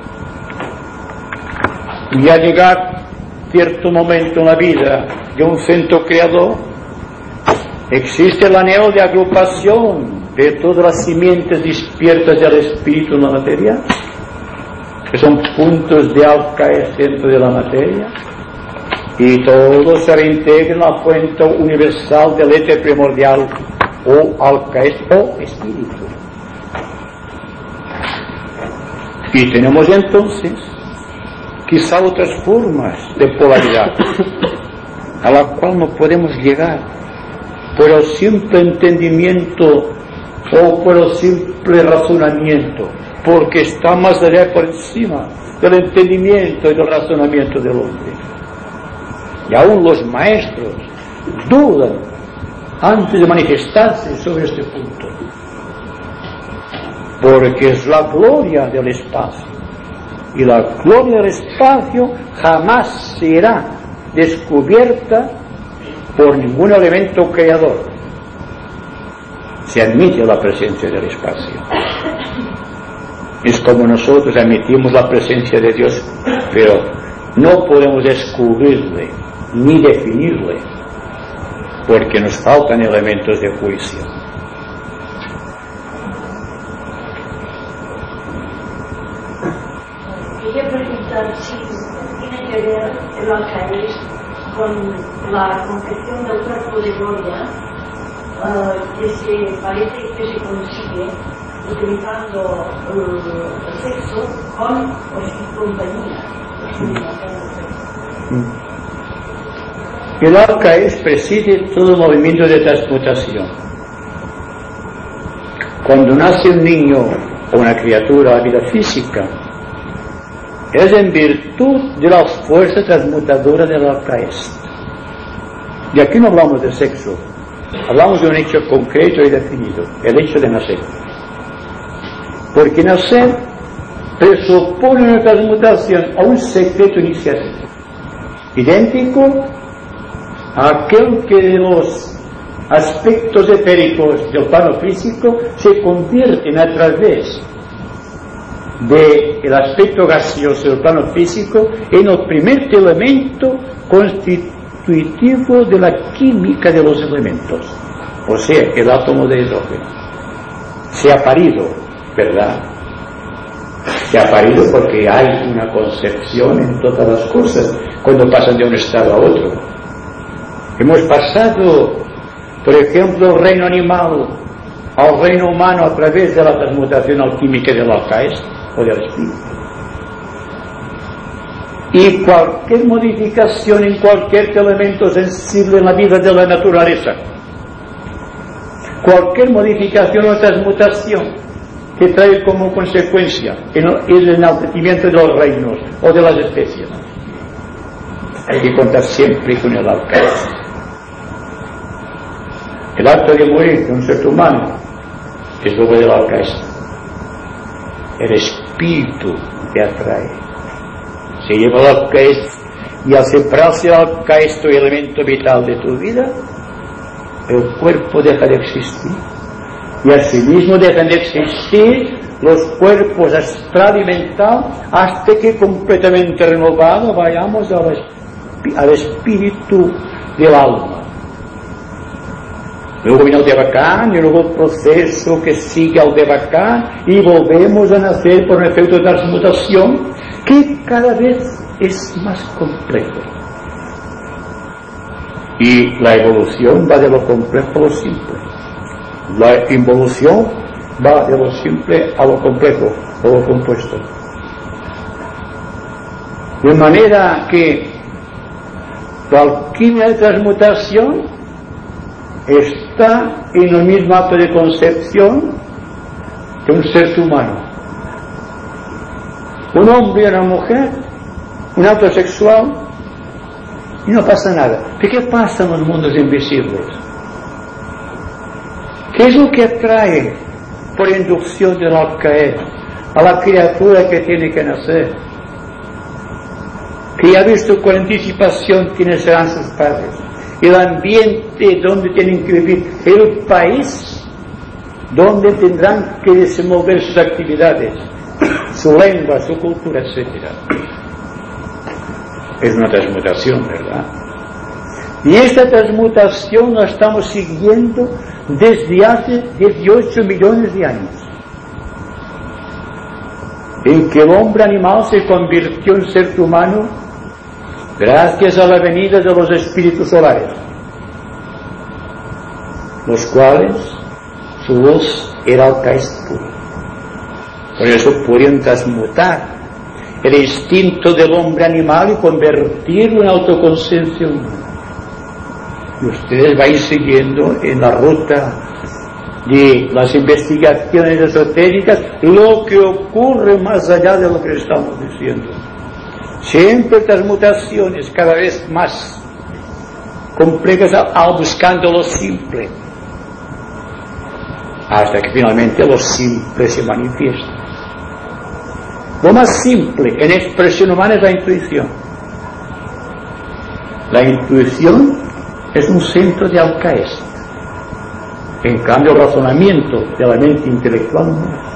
y al llegar cierto momento en la vida de un centro creador existe el anhelo de agrupación de todas las simientes despiertas del espíritu en la materia, que son puntos de Alcaes dentro de la materia, y todo se reintegra en la fuente universal del éter primordial o Alcaes o espíritu. Y tenemos entonces quizá otras formas de polaridad a la cual no podemos llegar por el simple entendimiento o por el simple razonamiento, porque está más allá por encima del entendimiento y del razonamiento del hombre. Y aún los maestros dudan antes de manifestarse sobre este punto, porque es la gloria del espacio, y la gloria del espacio jamás será descubierta por ningún elemento creador. Se admite la presencia del espacio. Es como nosotros admitimos la presencia de Dios, pero no podemos descubrirle ni definirle, porque nos faltan elementos de juicio. Quería preguntar si tiene que ver el Alcaes con la confección del cuerpo de gloria, uh, que se parece que se consigue utilizando uh, el sexo con o sin compañía. Mm. El Alcaes preside todo movimiento de transmutación. Cuando nace un niño o una criatura a vida física, es en virtud de la fuerza transmutadora del Alcaes. Y aquí no hablamos de sexo, hablamos de un hecho concreto y definido, el hecho de nacer. Porque nacer presupone una transmutación a un secreto iniciático, idéntico a aquel que de los aspectos etéricos del plano físico se convierten a través del aspecto gaseoso del plano físico en el primer elemento constitutivo de la química de los elementos, o sea, el átomo de hidrógeno. Se ha parido, ¿verdad? Se ha parido porque hay una concepción en todas las cosas cuando pasan de un estado a otro. Hemos pasado, por ejemplo, del reino animal al reino humano a través de la transmutación alquímica del Alcaes o del espíritu. y cualquier modificación en cualquier elemento sensible en la vida de la naturaleza, cualquier modificación o transmutación que trae como consecuencia el enaltecimiento de los reinos o de las especies, hay que contar siempre con el alcance. El acto de morir de un ser humano es luego del alcance. El espíritu te atrae, se lleva al alcance, y al separarse el alcance, el elemento vital de tu vida, el cuerpo deja de existir, y asimismo dejan de existir los cuerpos astral y mental, hasta que completamente renovado vayamos al, esp- al espíritu del alma. Luego viene el Devacán, y luego el proceso que sigue al Devacán, y volvemos a nacer por un efecto de transmutación que cada vez es más complejo. Y la evolución va de lo complejo a lo simple. La involución va de lo simple a lo complejo, a lo compuesto. De manera que la alquimia de transmutación está en el mismo acto de concepción de un ser humano. Un hombre y una mujer, un acto sexual, y no pasa nada. ¿Pero qué pasa en los mundos invisibles? ¿Qué es lo que atrae por inducción del alcaer a la criatura que tiene que nacer? Que ya ha visto con anticipación quiénes serán sus padres, el ambiente donde tienen que vivir, el país donde tendrán que desenvolver sus actividades, su lengua, su cultura, etcétera. Es una transmutación, ¿verdad? Y esta transmutación la estamos siguiendo desde hace dieciocho millones de años, en que el hombre animal se convirtió en ser humano gracias a la venida de los espíritus solares, los cuales su luz era alcaíz puro. Por eso pudieron transmutar el instinto del hombre animal y convertirlo en autoconciencia humana. Y ustedes van siguiendo en la ruta de las investigaciones esotéricas lo que ocurre más allá de lo que estamos diciendo. Siempre transmutaciones cada vez más complejas al buscando lo simple, hasta que finalmente lo simple se manifiesta. Lo más simple en expresión humana es la intuición. La intuición es un centro de alcaíz. En cambio, el razonamiento de la mente intelectual no es.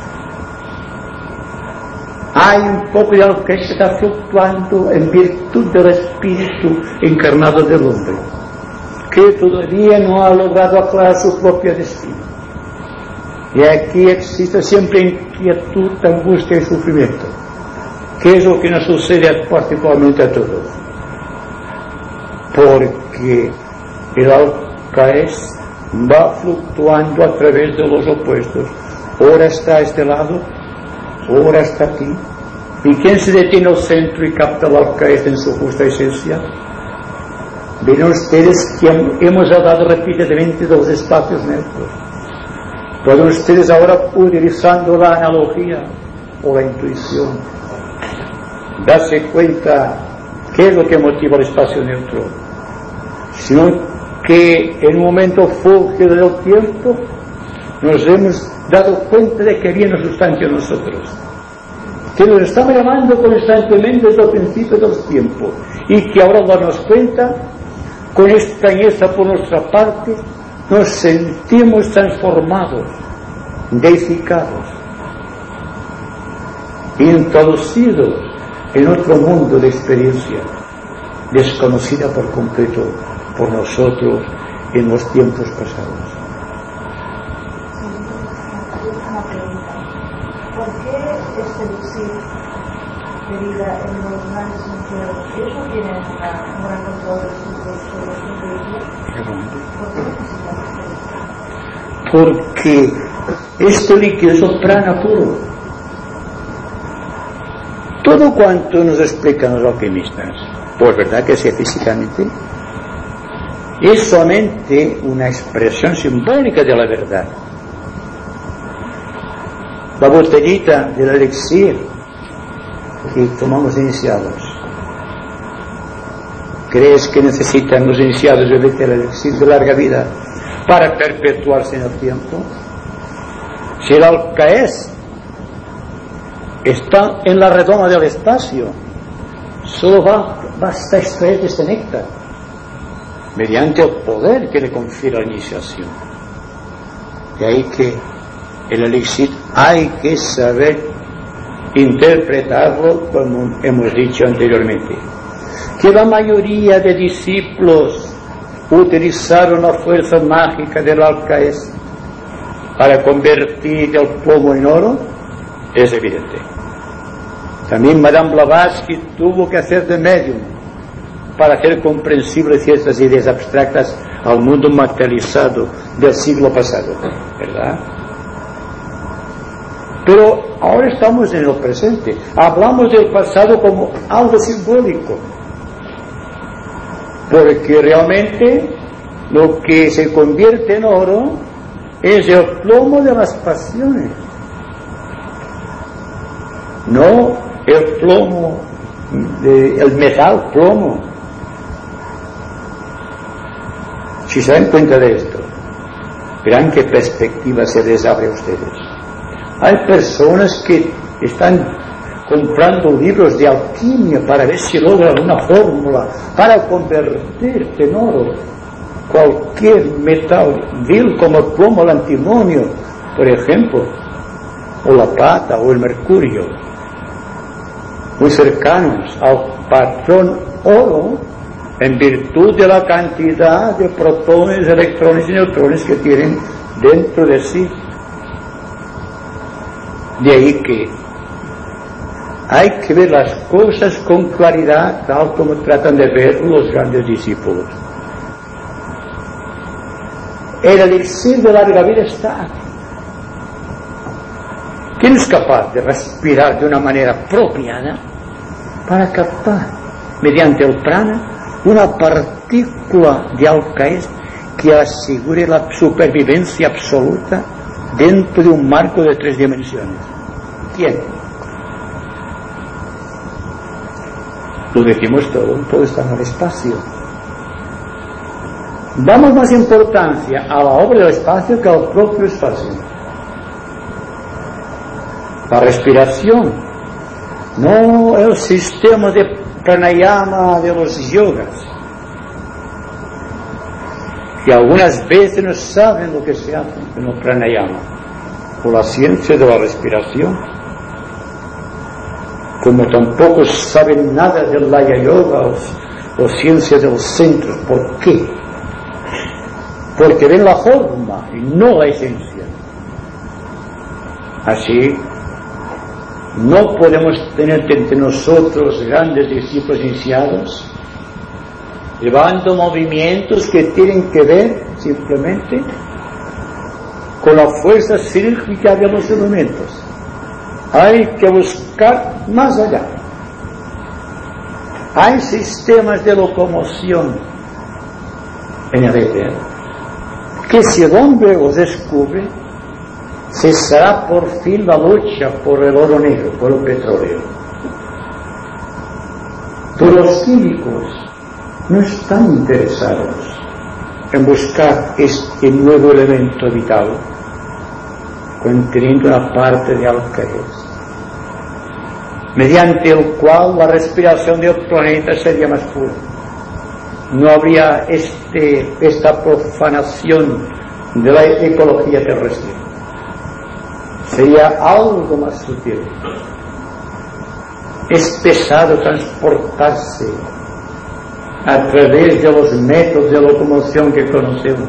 Hay un poco de alcaíz que está fluctuando en virtud del espíritu encarnado del hombre, que todavía no ha logrado aclarar su propio destino. Y aquí existe siempre inquietud, angustia y sufrimiento, que es lo que nos sucede particularmente a todos. Porque el alcaíz va fluctuando a través de los opuestos. Ahora está a este lado, ahora está aquí. ¿Y quién se detiene al centro y capta el alcaíz en su justa esencia? Ven ustedes que hemos hablado repetidamente de los espacios neutros. Pueden ustedes ahora, utilizando la analogía o la intuición, darse cuenta qué es lo que motiva el espacio neutro, sino que en un momento fúlgido del tiempo nos hemos dado cuenta de que había una sustancia en nosotros, que nos estaba llamando constantemente desde el principio de los tiempos, y que ahora al darnos cuenta, con extrañeza por nuestra parte, nos sentimos transformados, deificados, introducidos en otro mundo de experiencia desconocida por completo por nosotros en los tiempos pasados. Una pregunta. ¿Por qué este lucir de vida en los grandes infiernos? ¿Eso tiene una, un gran control de su vida? ¿Por qué necesitamos este lucir? Porque este líquido es el prana puro. todo cuanto nos explican los alquimistas, pues verdad que sea físicamente, es solamente una expresión simbólica de la verdad. La botellita del elixir que tomamos iniciados, ¿crees que necesitan los iniciados beber el elixir de larga vida para perpetuarse en el tiempo? Si el alcaés está en la redoma del espacio, solo va, basta extraer este néctar mediante el poder que le confiere la iniciación. De ahí que el elixir hay que saber interpretarlo, como hemos dicho anteriormente, que la mayoría de discípulos utilizaron la fuerza mágica del alcaés para convertir el plomo en oro, es evidente. También Madame Blavatsky tuvo que hacer de medium para hacer comprensibles ciertas ideas abstractas al mundo materializado del siglo pasado, ¿verdad? Pero ahora estamos en el presente. Hablamos del pasado como algo simbólico, porque realmente lo que se convierte en oro es el plomo de las pasiones, no el plomo, de, el metal plomo. Si se dan cuenta de esto, verán qué perspectiva se les abre a ustedes. Hay personas que están comprando libros de alquimia para ver si logran una fórmula para convertir en oro cualquier metal vil como el plomo, el antimonio, por ejemplo, o la plata o el mercurio, muy cercanos al patrón oro, en virtud de la cantidad de protones, electrones y neutrones que tienen dentro de sí. De ahí que hay que ver las cosas con claridad, tal como tratan de ver los grandes discípulos. El elixir de larga vida está aquí. ¿Quién es capaz de respirar de una manera apropiada para captar, mediante el prana, una partícula de alcaés que asegure la supervivencia absoluta dentro de un marco de tres dimensiones? ¿Quién? Lo decimos todo, todo está en el espacio. Damos más importancia a la obra del espacio que al propio espacio. La respiración, no el sistema de pranayama de los yogas, que algunas veces no saben lo que se hace en el pranayama, o la ciencia de la respiración, como tampoco saben nada del Laya Yoga o, o ciencia de los centros. ¿Por qué? Porque ven la forma y no la esencia. Así, no podemos tener entre nosotros grandes discípulos iniciados llevando movimientos que tienen que ver simplemente con la fuerza sinérgica de los elementos. Hay que buscar más allá. Hay sistemas de locomoción en el éter que, si el hombre los descubre, cesará por fin la lucha por el oro negro, por el petróleo. Pero los químicos no están interesados en buscar este nuevo elemento vital conteniendo una parte de alcaés, mediante el cual la respiración del planeta sería más pura. No habría este, esta profanación de la ecología terrestre. Sería algo más sutil. Es pesado transportarse a través de los métodos de locomoción que conocemos,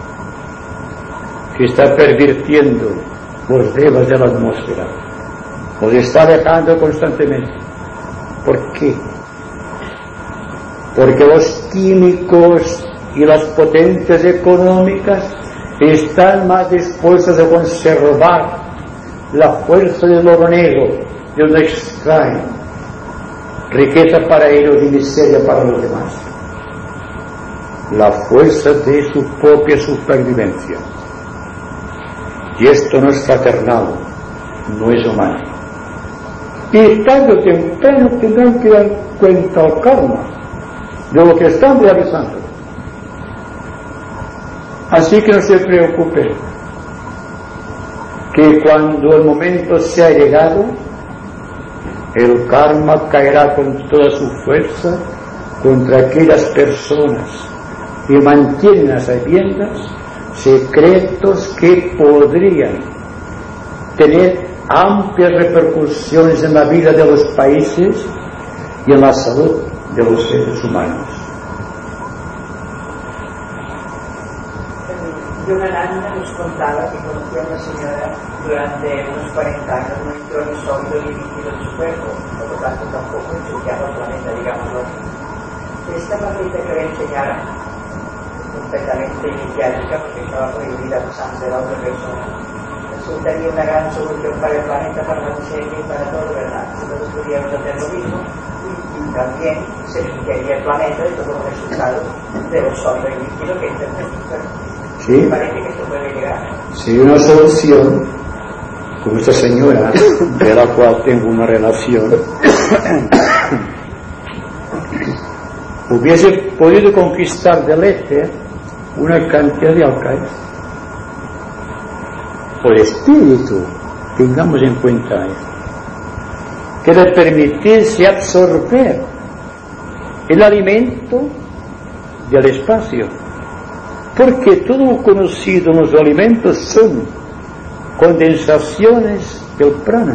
que está pervirtiendo los devas de la atmósfera, los está dejando constantemente. ¿Por qué? Porque los químicos y las potencias económicas están más dispuestas a conservar la fuerza del oro negro, de donde extraen riqueza para ellos y miseria para los demás. La fuerza de su propia supervivencia. Y esto no es fraternal, no es humano. Y tarde o temprano tendrán que dar cuenta al karma de lo que están realizando. Así que no se preocupen, que cuando el momento se ha llegado, el karma caerá con toda su fuerza contra aquellas personas que mantienen a sabiendas secretos que podrían tener amplias repercusiones en la vida de los países y en la salud de los seres humanos. Yogananda nos contaba que conocía a una señora durante unos cuarenta años, no entró ni sólido ni líquido en su cuerpo, por lo tanto tampoco ensuciaba el planeta, digámoslo. Esta mamita que le enseñara, completamente iniciática, porque estaba prohibida la sangre de la otra persona, resultaría una gran solución para el planeta, para la miseria y para todo, ¿verdad? Entonces podríamos hacer lo mismo y, y también se limpiaría el planeta de todos los resultados de los sólidos y líquidos que entran en el cuerpo. Sí. Me parece que esto puede llegar. Sí, una solución, como esta señora, de la cual tengo una relación, hubiese podido conquistar del éter una cantidad de alcaldes. Por espíritu, tengamos en cuenta esto, que le permitiese absorber el alimento del espacio, porque todo lo conocido en los alimentos son condensaciones del prana.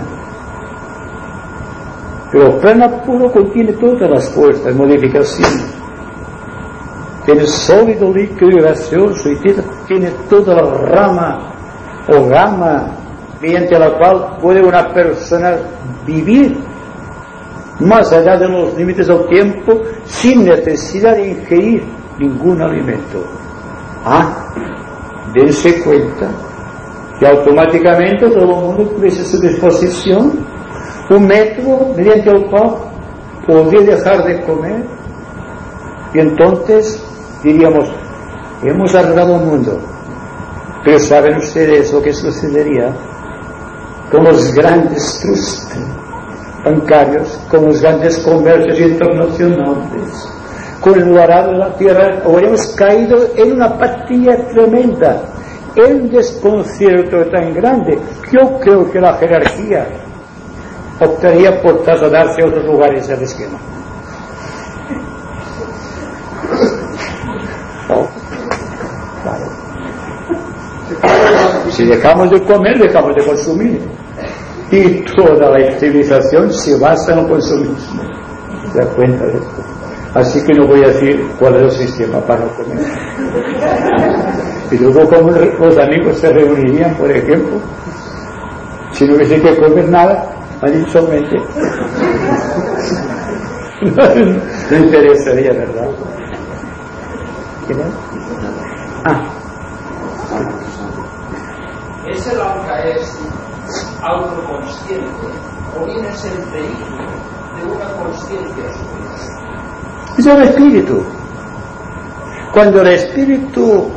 Pero el prana puro contiene todas las fuerzas, modificaciones. Tiene sólido, líquido y gaseoso, y tiene, tiene toda la rama o gama mediante la cual puede una persona vivir más allá de los límites del tiempo sin necesidad de ingerir ningún alimento. Ah, dense cuenta que automáticamente todo el mundo tuviese a su disposición un método mediante el cual podría dejar de comer, y entonces diríamos, hemos arreglado el mundo. Pero ¿saben ustedes lo que sucedería con los grandes trusts bancarios, con los grandes comercios internacionales, con el arado de la tierra? Habríamos caído en una apatía tremenda, en un desconcierto tan grande. Yo creo que la jerarquía optaría por trasladarse a otros lugares del esquema. ¿No? Claro. Si dejamos de comer, dejamos de consumir. Y toda la civilización se basa en el consumismo. ¿Se da cuenta de esto? Así que no voy a decir cuál es el sistema para no comer. Y luego, como los amigos se reunirían, por ejemplo, si no hubiese que comer nada, mensualmente. No, no interesaría, ¿verdad? ¿Quién es? Ah. ¿Es el Alcaes autoconsciente o bien es el vehículo de una consciencia superior? Es el espíritu. Cuando el espíritu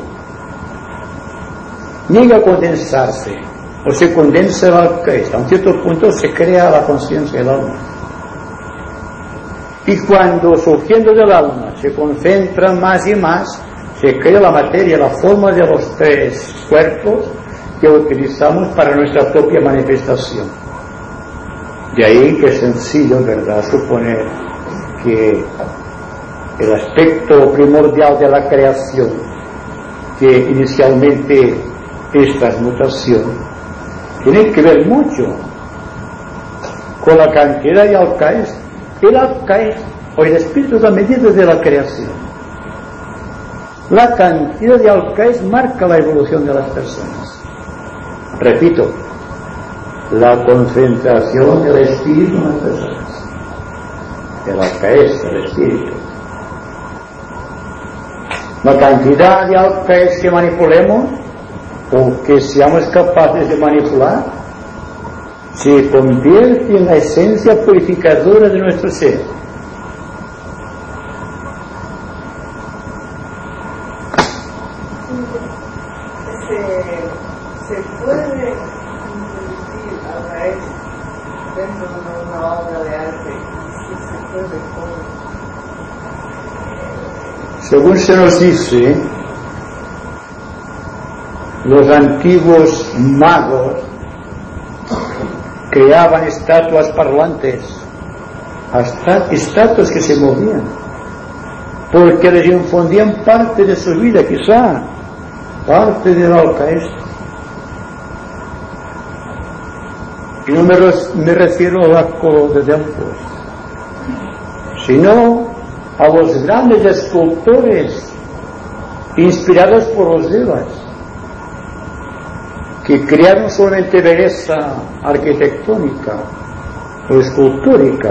llega a condensarse, o se condensa el Alcaes, a un cierto punto se crea la conciencia del alma. Y cuando, surgiendo del alma, se concentra más y más, se crea la materia, la forma de los tres cuerpos que utilizamos para nuestra propia manifestación. De ahí que es sencillo, ¿verdad?, suponer que el aspecto primordial de la creación, que inicialmente es transmutación, tiene que ver mucho con la cantidad de Alcaes. El Alcaes, o el espíritu, es la medida de la creación. La cantidad de Alcaes marca la evolución de las personas. Repito, la concentración del espíritu en las personas. El Alcaes, el espíritu. La cantidad de Alcaes que manipulemos, o que seamos capaces de manipular, se convierte en la esencia purificadora de nuestro ser. Se, se puede introducir a raíz dentro de una obra de arte, si se puede poner. Según se nos dice, los antiguos magos creaban estatuas parlantes, hasta estatuas que se movían, porque les infundían parte de su vida, quizá parte del alcaeste. Y no me, me refiero a la coro de Delfos, sino a los grandes escultores inspirados por los devas, que crearon solamente belleza arquitectónica o escultórica,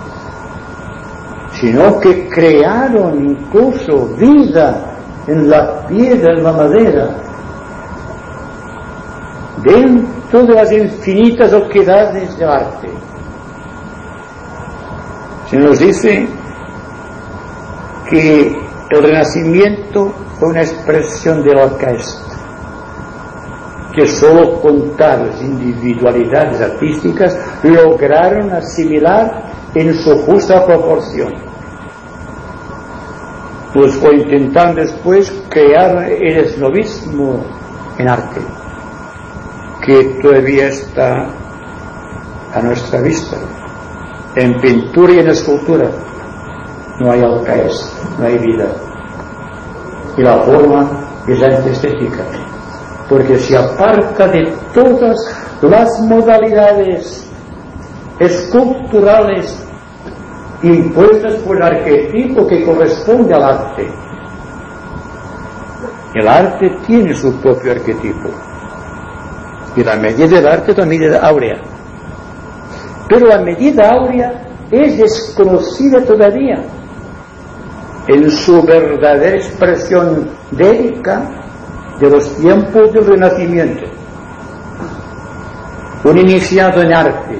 sino que crearon incluso vida en la piedra, en la madera, dentro de las infinitas oquedades del arte. Se nos dice que el Renacimiento fue una expresión del arcaísmo, que solo contadas individualidades artísticas lograron asimilar en su justa proporción. Pues fue intentar después crear el esnovismo en arte, que todavía está a nuestra vista. En pintura y en escultura no hay alcaísmo, no hay vida. Y la forma es antiestética, porque se aparta de todas las modalidades esculturales impuestas por el arquetipo que corresponde al arte. El arte tiene su propio arquetipo, y la medida del arte es la medida áurea, pero la medida áurea es desconocida todavía en su verdadera expresión védica de los tiempos del Renacimiento. Un iniciado en arte,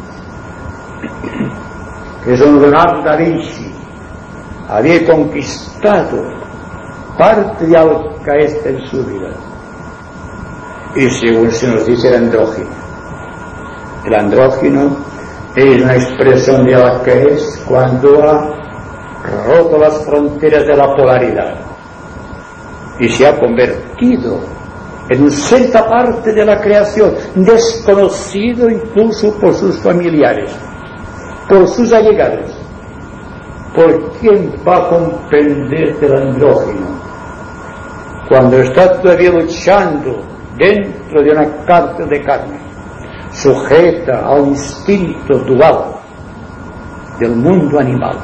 que es un Leonardo da Vinci, había conquistado parte de alcaíste en su vida, y según se nos dice el andrógino. El andrógino es una expresión de alcaíste cuando ha roto las fronteras de la polaridad y se ha convertido en un cierta parte de la creación, desconocido incluso por sus familiares, por sus allegados. ¿Por quién va a comprender del andrógino cuando está todavía luchando dentro de una cárcel de carne, sujeta al instinto dual del mundo animal?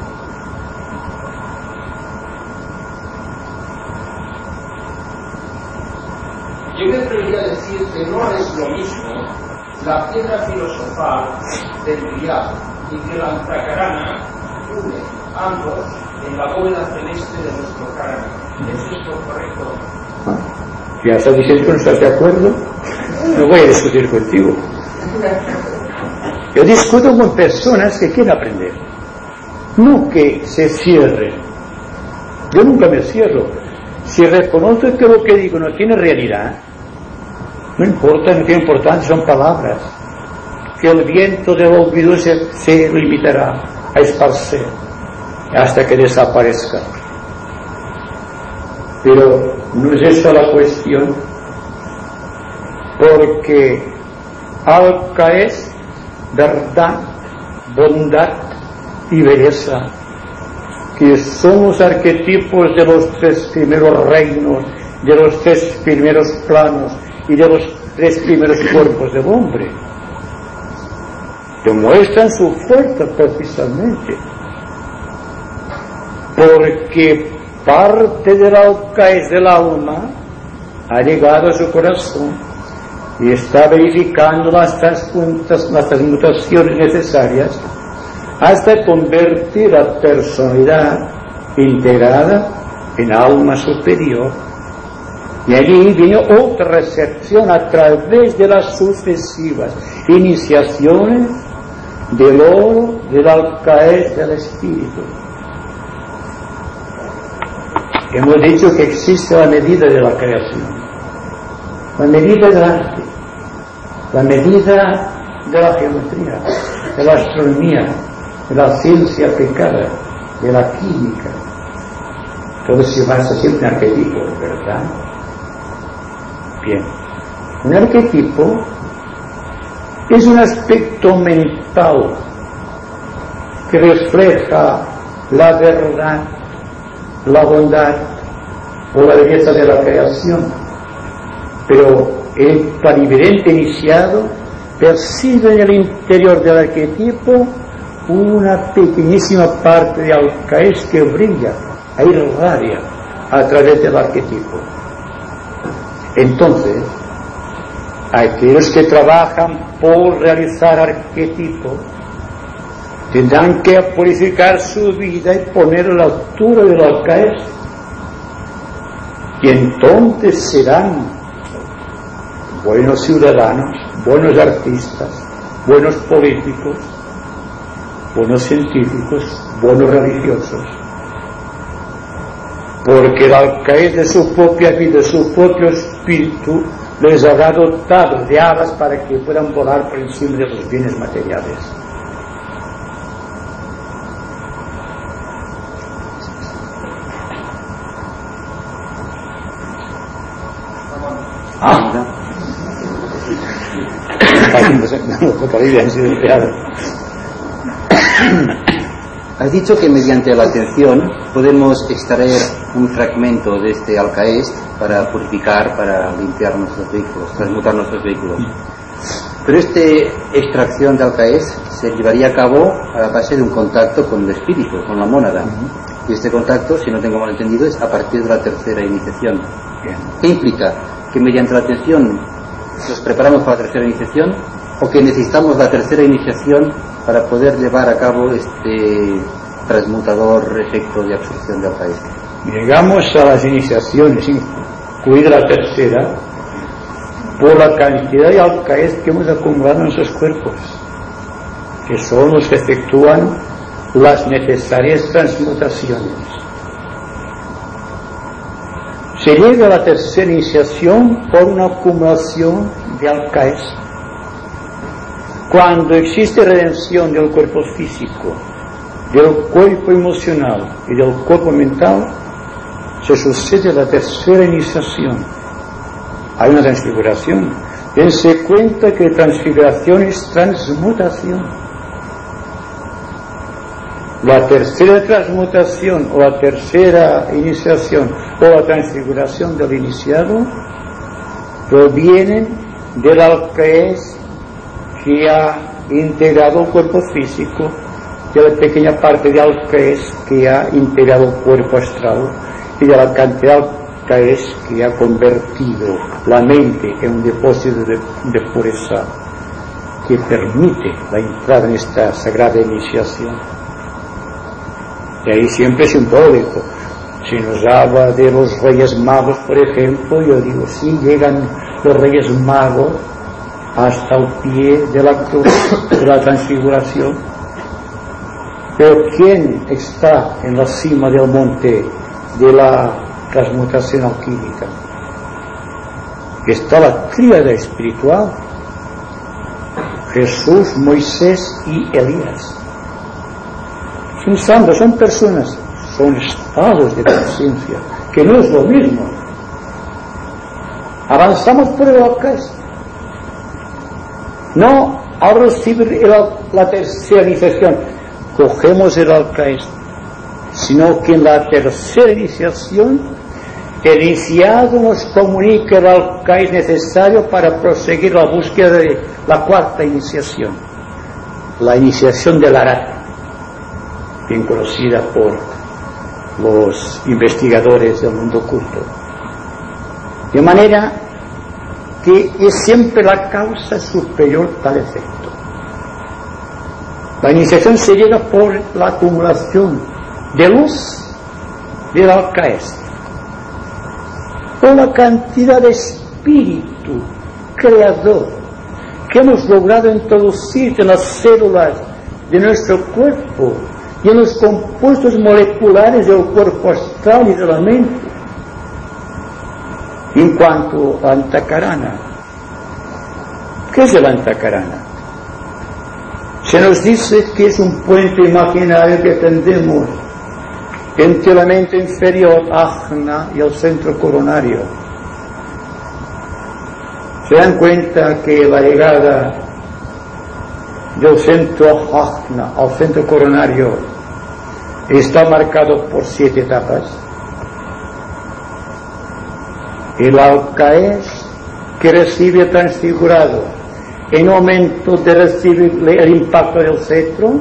Yo me atrevería a decir que no es lo mismo la piedra filosofal del Grial y que la antacarana une ambos en la bóveda celeste de nuestro cráneo. ¿Es esto correcto? Ah, ya estás diciendo que no estás de acuerdo. No voy a discutir contigo. Yo discuto con personas que quieren aprender, no que se cierren. Yo nunca me cierro. Si reconozco que lo que digo no tiene realidad, no importa, no tiene importancia, son palabras que el viento del olvido se, se limitará a esparcer hasta que desaparezca. Pero no es esta la cuestión, porque alca es verdad, bondad y belleza, que son los arquetipos de los tres primeros reinos, de los tres primeros planos y de los tres primeros cuerpos del hombre. Demuestran su fuerza precisamente porque parte del alcaíste del alma ha llegado a su corazón y está verificando las, las transmutaciones necesarias hasta convertir la personalidad integrada en alma superior Y allí viene otra recepción a través de las sucesivas iniciaciones del oro, del alcaez del espíritu. Hemos dicho que existe la medida de la creación, la medida del arte, la medida de la geometría, de la astronomía, de la ciencia aplicada, de la química. Todo se basa siempre en arquetipos, ¿verdad? Bien, un arquetipo es un aspecto mental que refleja la verdad, la bondad o la belleza de la creación, pero el clarividente iniciado percibe en el interior del arquetipo una pequeñísima parte de alcaez que brilla, e irradia a través del arquetipo. Entonces, aquellos que trabajan por realizar arquetipos tendrán que purificar su vida y poner a la altura del alcaez, y entonces serán buenos ciudadanos, buenos artistas, buenos políticos, buenos científicos, buenos religiosos, porque el alcaez de su propia vida, su propio espíritu, les habrá dotado de alas para que puedan volar por encima de los bienes materiales. Ah, has dicho que mediante la atención podemos extraer un fragmento de este alcaez para purificar, para limpiar nuestros vehículos, transmutar nuestros vehículos. Pero esta extracción de alcaez se llevaría a cabo a la base de un contacto con el espíritu, con la mónada. Y este contacto, si no tengo mal entendido, es a partir de la tercera iniciación. ¿Qué implica? Que mediante la atención nos preparamos para la tercera iniciación, o que necesitamos la tercera iniciación para poder llevar a cabo este transmutador efecto de absorción de alcaez. Llegamos a las iniciaciones, incluida la tercera, por la cantidad de alcaez que hemos acumulado en nuestros cuerpos, que son los que efectúan las necesarias transmutaciones. Se llega a la tercera iniciación por una acumulación de alcaez. Cuando existe redención del cuerpo físico, del cuerpo emocional y del cuerpo mental, se sucede la tercera iniciación. Hay una transfiguración. Dense cuenta que transfiguración es transmutación. La tercera transmutación o la tercera iniciación o la transfiguración del iniciado provienen del alcaez que ha integrado el cuerpo físico, de la pequeña parte de alcaez que ha integrado el cuerpo astral y de la cantidad de alcaez que ha convertido la mente en un depósito de, de pureza que permite la entrada en esta sagrada iniciación. Y ahí siempre es simbólico. Si nos habla de los Reyes Magos, por ejemplo, yo digo, sí, llegan los Reyes Magos hasta el pie de la cruz de la transfiguración. Pero ¿quién está en la cima del monte de la transmutación alquímica? Está la tríada espiritual: Jesús, Moisés y Elías. Son santos, son personas, son estados de conciencia, que no es lo mismo. Avanzamos por el alcaez. No al recibir el, la tercera iniciación, cogemos el alcaez, sino que en la tercera iniciación, el iniciado nos comunica el alcaez necesario para proseguir la búsqueda de la cuarta iniciación, la iniciación del Arat, bien conocida por los investigadores del mundo oculto. De manera que es siempre la causa superior tal efecto. La iniciación se llega por la acumulación de luz del alcaez. o la cantidad de espíritu creador que hemos logrado introducir en las células de nuestro cuerpo y en los compuestos moleculares del cuerpo astral y de la mente. En cuanto a Antakarana, ¿qué es el Antakarana? Se nos dice que es un puente imaginario que tendemos entre la mente inferior, ajna, y el centro coronario. Se dan cuenta que la llegada del centro ajna al centro coronario está marcado por siete etapas. El alcaés que recibe transfigurado en el momento de recibir el impacto del cetro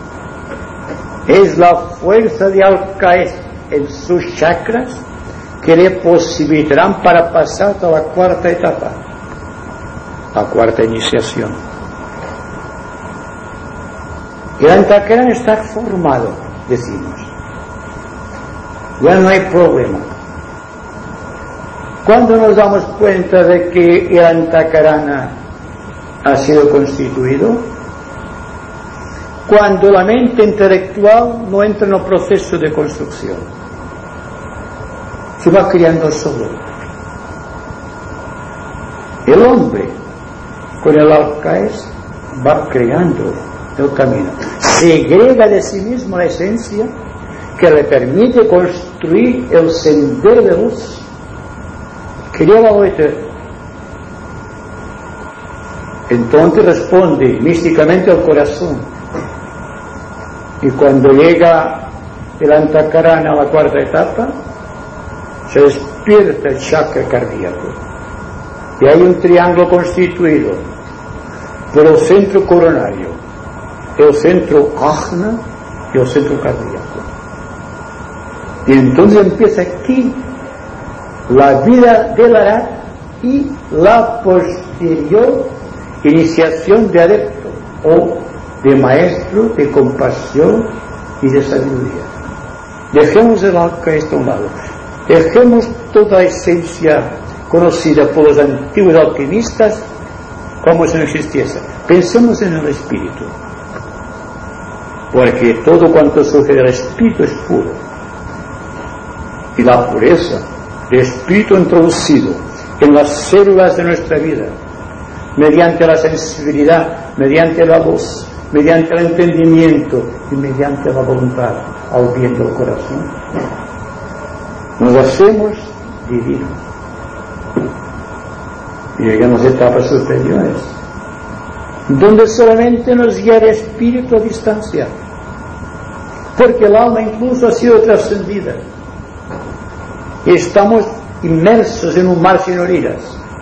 es la fuerza de alcaés en sus chakras que le posibilitarán para pasar a la cuarta etapa, la cuarta iniciación. El Antakarana está formado, decimos. Ya no hay problema. ¿Cuándo nos damos cuenta de que el Antakarana ha sido constituido? Cuando la mente intelectual no entra en el proceso de construcción. Se va creando solo. El hombre, con el alcaés, va creando el camino. Segrega de sí mismo la esencia que le permite construir el sendero de luz que lleva a lo eterno. Entonces responde místicamente al corazón, y cuando llega el Antakarana a la cuarta etapa, se despierta el chakra cardíaco, y hay un triángulo constituido por el centro coronario, el centro ajna y el centro cardíaco. Y entonces empieza aquí la vida del Arat y la posterior iniciación de adepto o de maestro de compasión y de sabiduría. Dejemos el alcaés a un lado, dejemos toda esencia conocida por los antiguos alquimistas como si no existiese. Pensemos en el espíritu, porque todo cuanto surge del espíritu es puro, y la pureza del espíritu introducido en las células de nuestra vida, mediante la sensibilidad, mediante la voz, mediante el entendimiento y mediante la voluntad al bien del corazón, nos hacemos divinos y llegamos a etapas superiores donde solamente nos guía el espíritu a distancia, porque el alma incluso ha sido trascendida y estamos inmersos en un mar sin orillas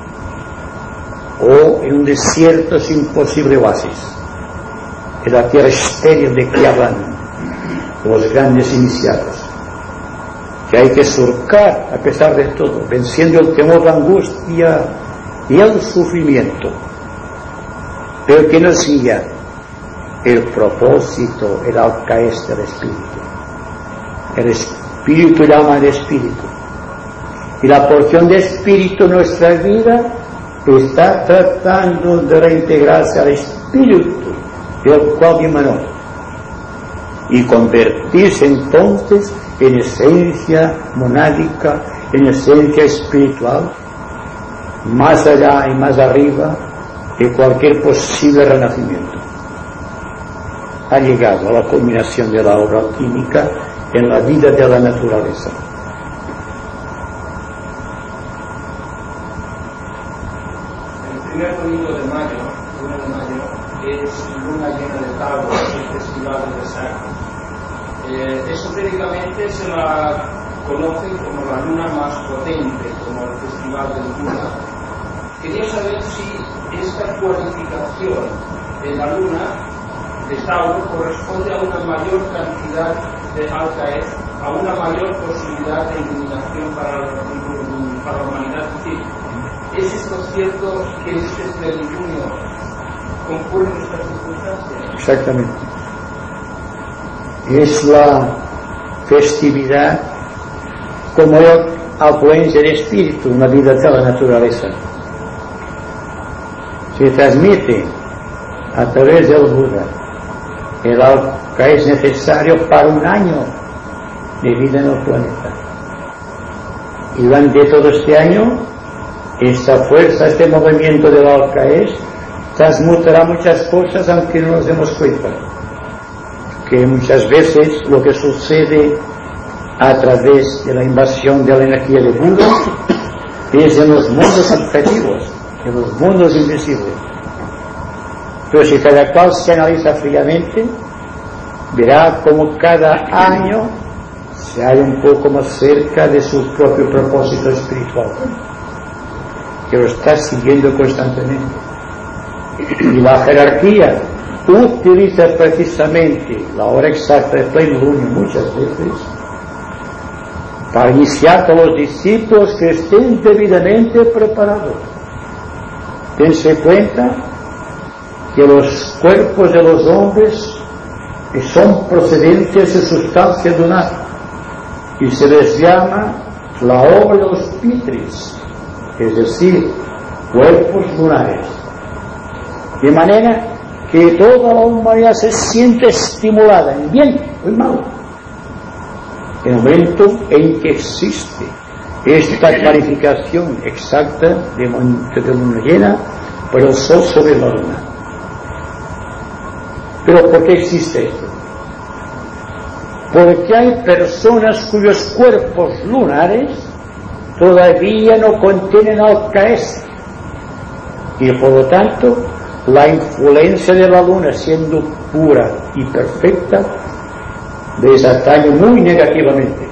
o en un desierto sin posible oasis, en la tierra estéril de que hablan los grandes iniciados, que hay que surcar a pesar de todo, venciendo el temor, la angustia y el sufrimiento, pero que nos guía el propósito, el alcaés del espíritu. El espíritu llama al espíritu, y la porción de espíritu en nuestra vida está tratando de reintegrarse al espíritu del cual emanó y convertirse entonces en esencia monádica, en esencia espiritual, más allá y más arriba de cualquier posible renacimiento. Ha llegado a la culminación de la obra alquímica en la vida de la naturaleza. El primer domingo de mayo, uno de mayo, es luna llena de Tauro, el festival de Sac. Eh, esotéricamente se la conoce como la luna más potente, como el festival de luna. Quería saber si esta cualificación de la luna de Tauro corresponde a una mayor cantidad de alcaés, a una mayor posibilidad de iluminación para la, para la humanidad. ¿Es esto cierto que este plenilunio concurre en estas circunstancias? Exactamente. Es la festividad como el afluencia de espíritu, una vida de la naturaleza. Se transmite a través del Buda el que es necesario para un año de vida en el planeta. Y durante todo este año, esta fuerza, este movimiento del Alcaes transmutará muchas cosas, aunque no nos demos cuenta. Que muchas veces lo que sucede a través de la invasión de la energía de Buda es en los mundos objetivos, en los mundos invisibles. Pero si cada cual se analiza fríamente, verá como cada año se halla un poco más cerca de su propio propósito espiritual, que lo está siguiendo constantemente. Y la jerarquía utiliza precisamente la hora exacta de plenilunio muchas veces para iniciar a los discípulos que estén debidamente preparados. Dense cuenta que los cuerpos de los hombres son procedentes de sustancia lunar y se les llama la obra de los pitris, es decir, cuerpos lunares. De manera que toda la humanidad se siente estimulada en bien o en mal en el momento en que existe esta clarificación exacta de momento de luna llena por el sol sobre la luna. Pero ¿por qué existe esto? Porque hay personas cuyos cuerpos lunares todavía no contienen Alcaes y por lo tanto la influencia de la luna, siendo pura y perfecta, les atañe muy negativamente.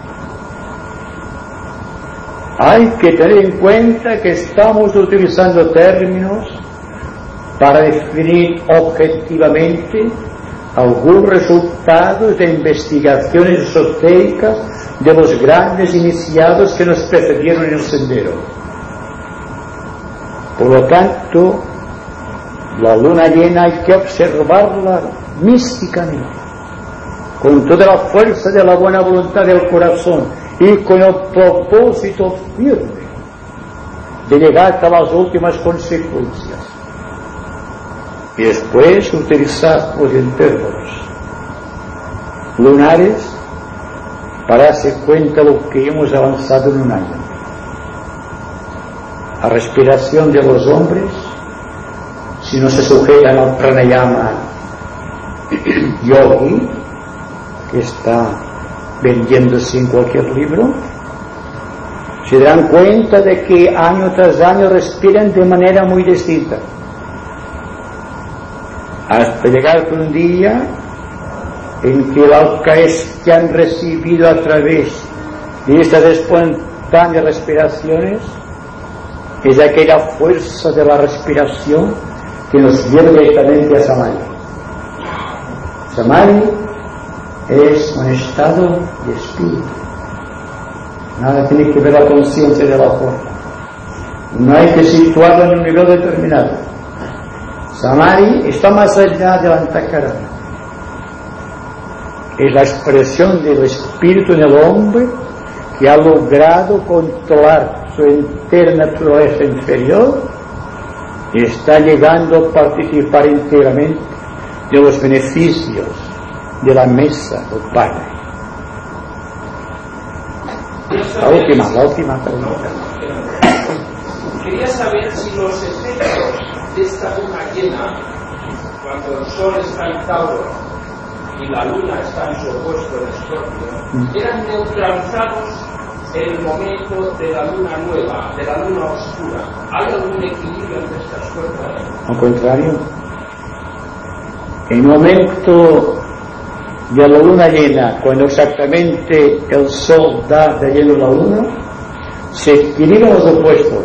Hay que tener en cuenta que estamos utilizando términos para definir objetivamente algunos resultados de investigaciones esotéricas de los grandes iniciados que nos precedieron en el sendero. Por lo tanto, la luna llena hay que observarla místicamente, con toda la fuerza de la buena voluntad del corazón y con el propósito firme de llegar hasta las últimas consecuencias. Y después utilizar los intervalos lunares para darse cuenta de lo que hemos avanzado en un año. La respiración de los hombres, si no se sujetan al pranayama yogi, que está vendiéndose en cualquier libro, se dan cuenta de que año tras año respiran de manera muy distinta, hasta llegar un día en que el Alcaes que han recibido a través de estas espontáneas respiraciones es aquella fuerza de la respiración que nos lleva directamente a Samadhi. Samadhi es un estado de espíritu, nada tiene que ver la conciencia de la forma, no hay que situarlo en un nivel determinado. Samadhi está más allá del antakarana, es la expresión del espíritu en el hombre que ha logrado controlar su entera naturaleza inferior y está llegando a participar íntegramente de los beneficios de la mesa del Padre. La última, la última pregunta. Quería saber si los efectos de esta luna llena, cuando el sol está en Tauro y la luna está en su opuesto en Escorpio, eran neutralizados en el momento de la luna nueva, de la luna oscura. ¿Hay algún equilibrio entre estas fuerzas? Al contrario, en el momento de la luna llena, cuando exactamente el sol da de lleno la luna, se equilibran los opuestos.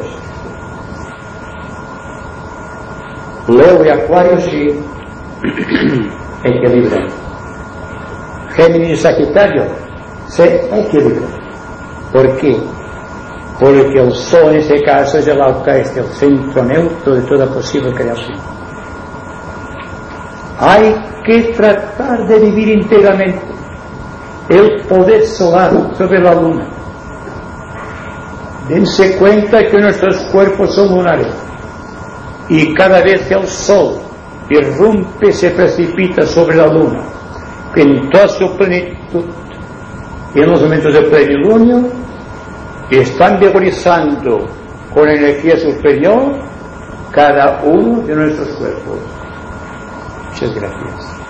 Leo y Acuario sí equilibran. Géminis y Sagitario se equilibran. ¿Por qué? Porque el sol en ese caso es el Alcaes, el centro neutro de toda posible creación. Hay que tratar de vivir íntegramente el poder solar sobre la luna, dense cuenta que nuestros cuerpos son lunares y cada vez que el sol irrumpe se precipita sobre la luna en toda su plenitud y en los momentos de plenilunio están vigorizando con energía superior cada uno de nuestros cuerpos. Muchas gracias.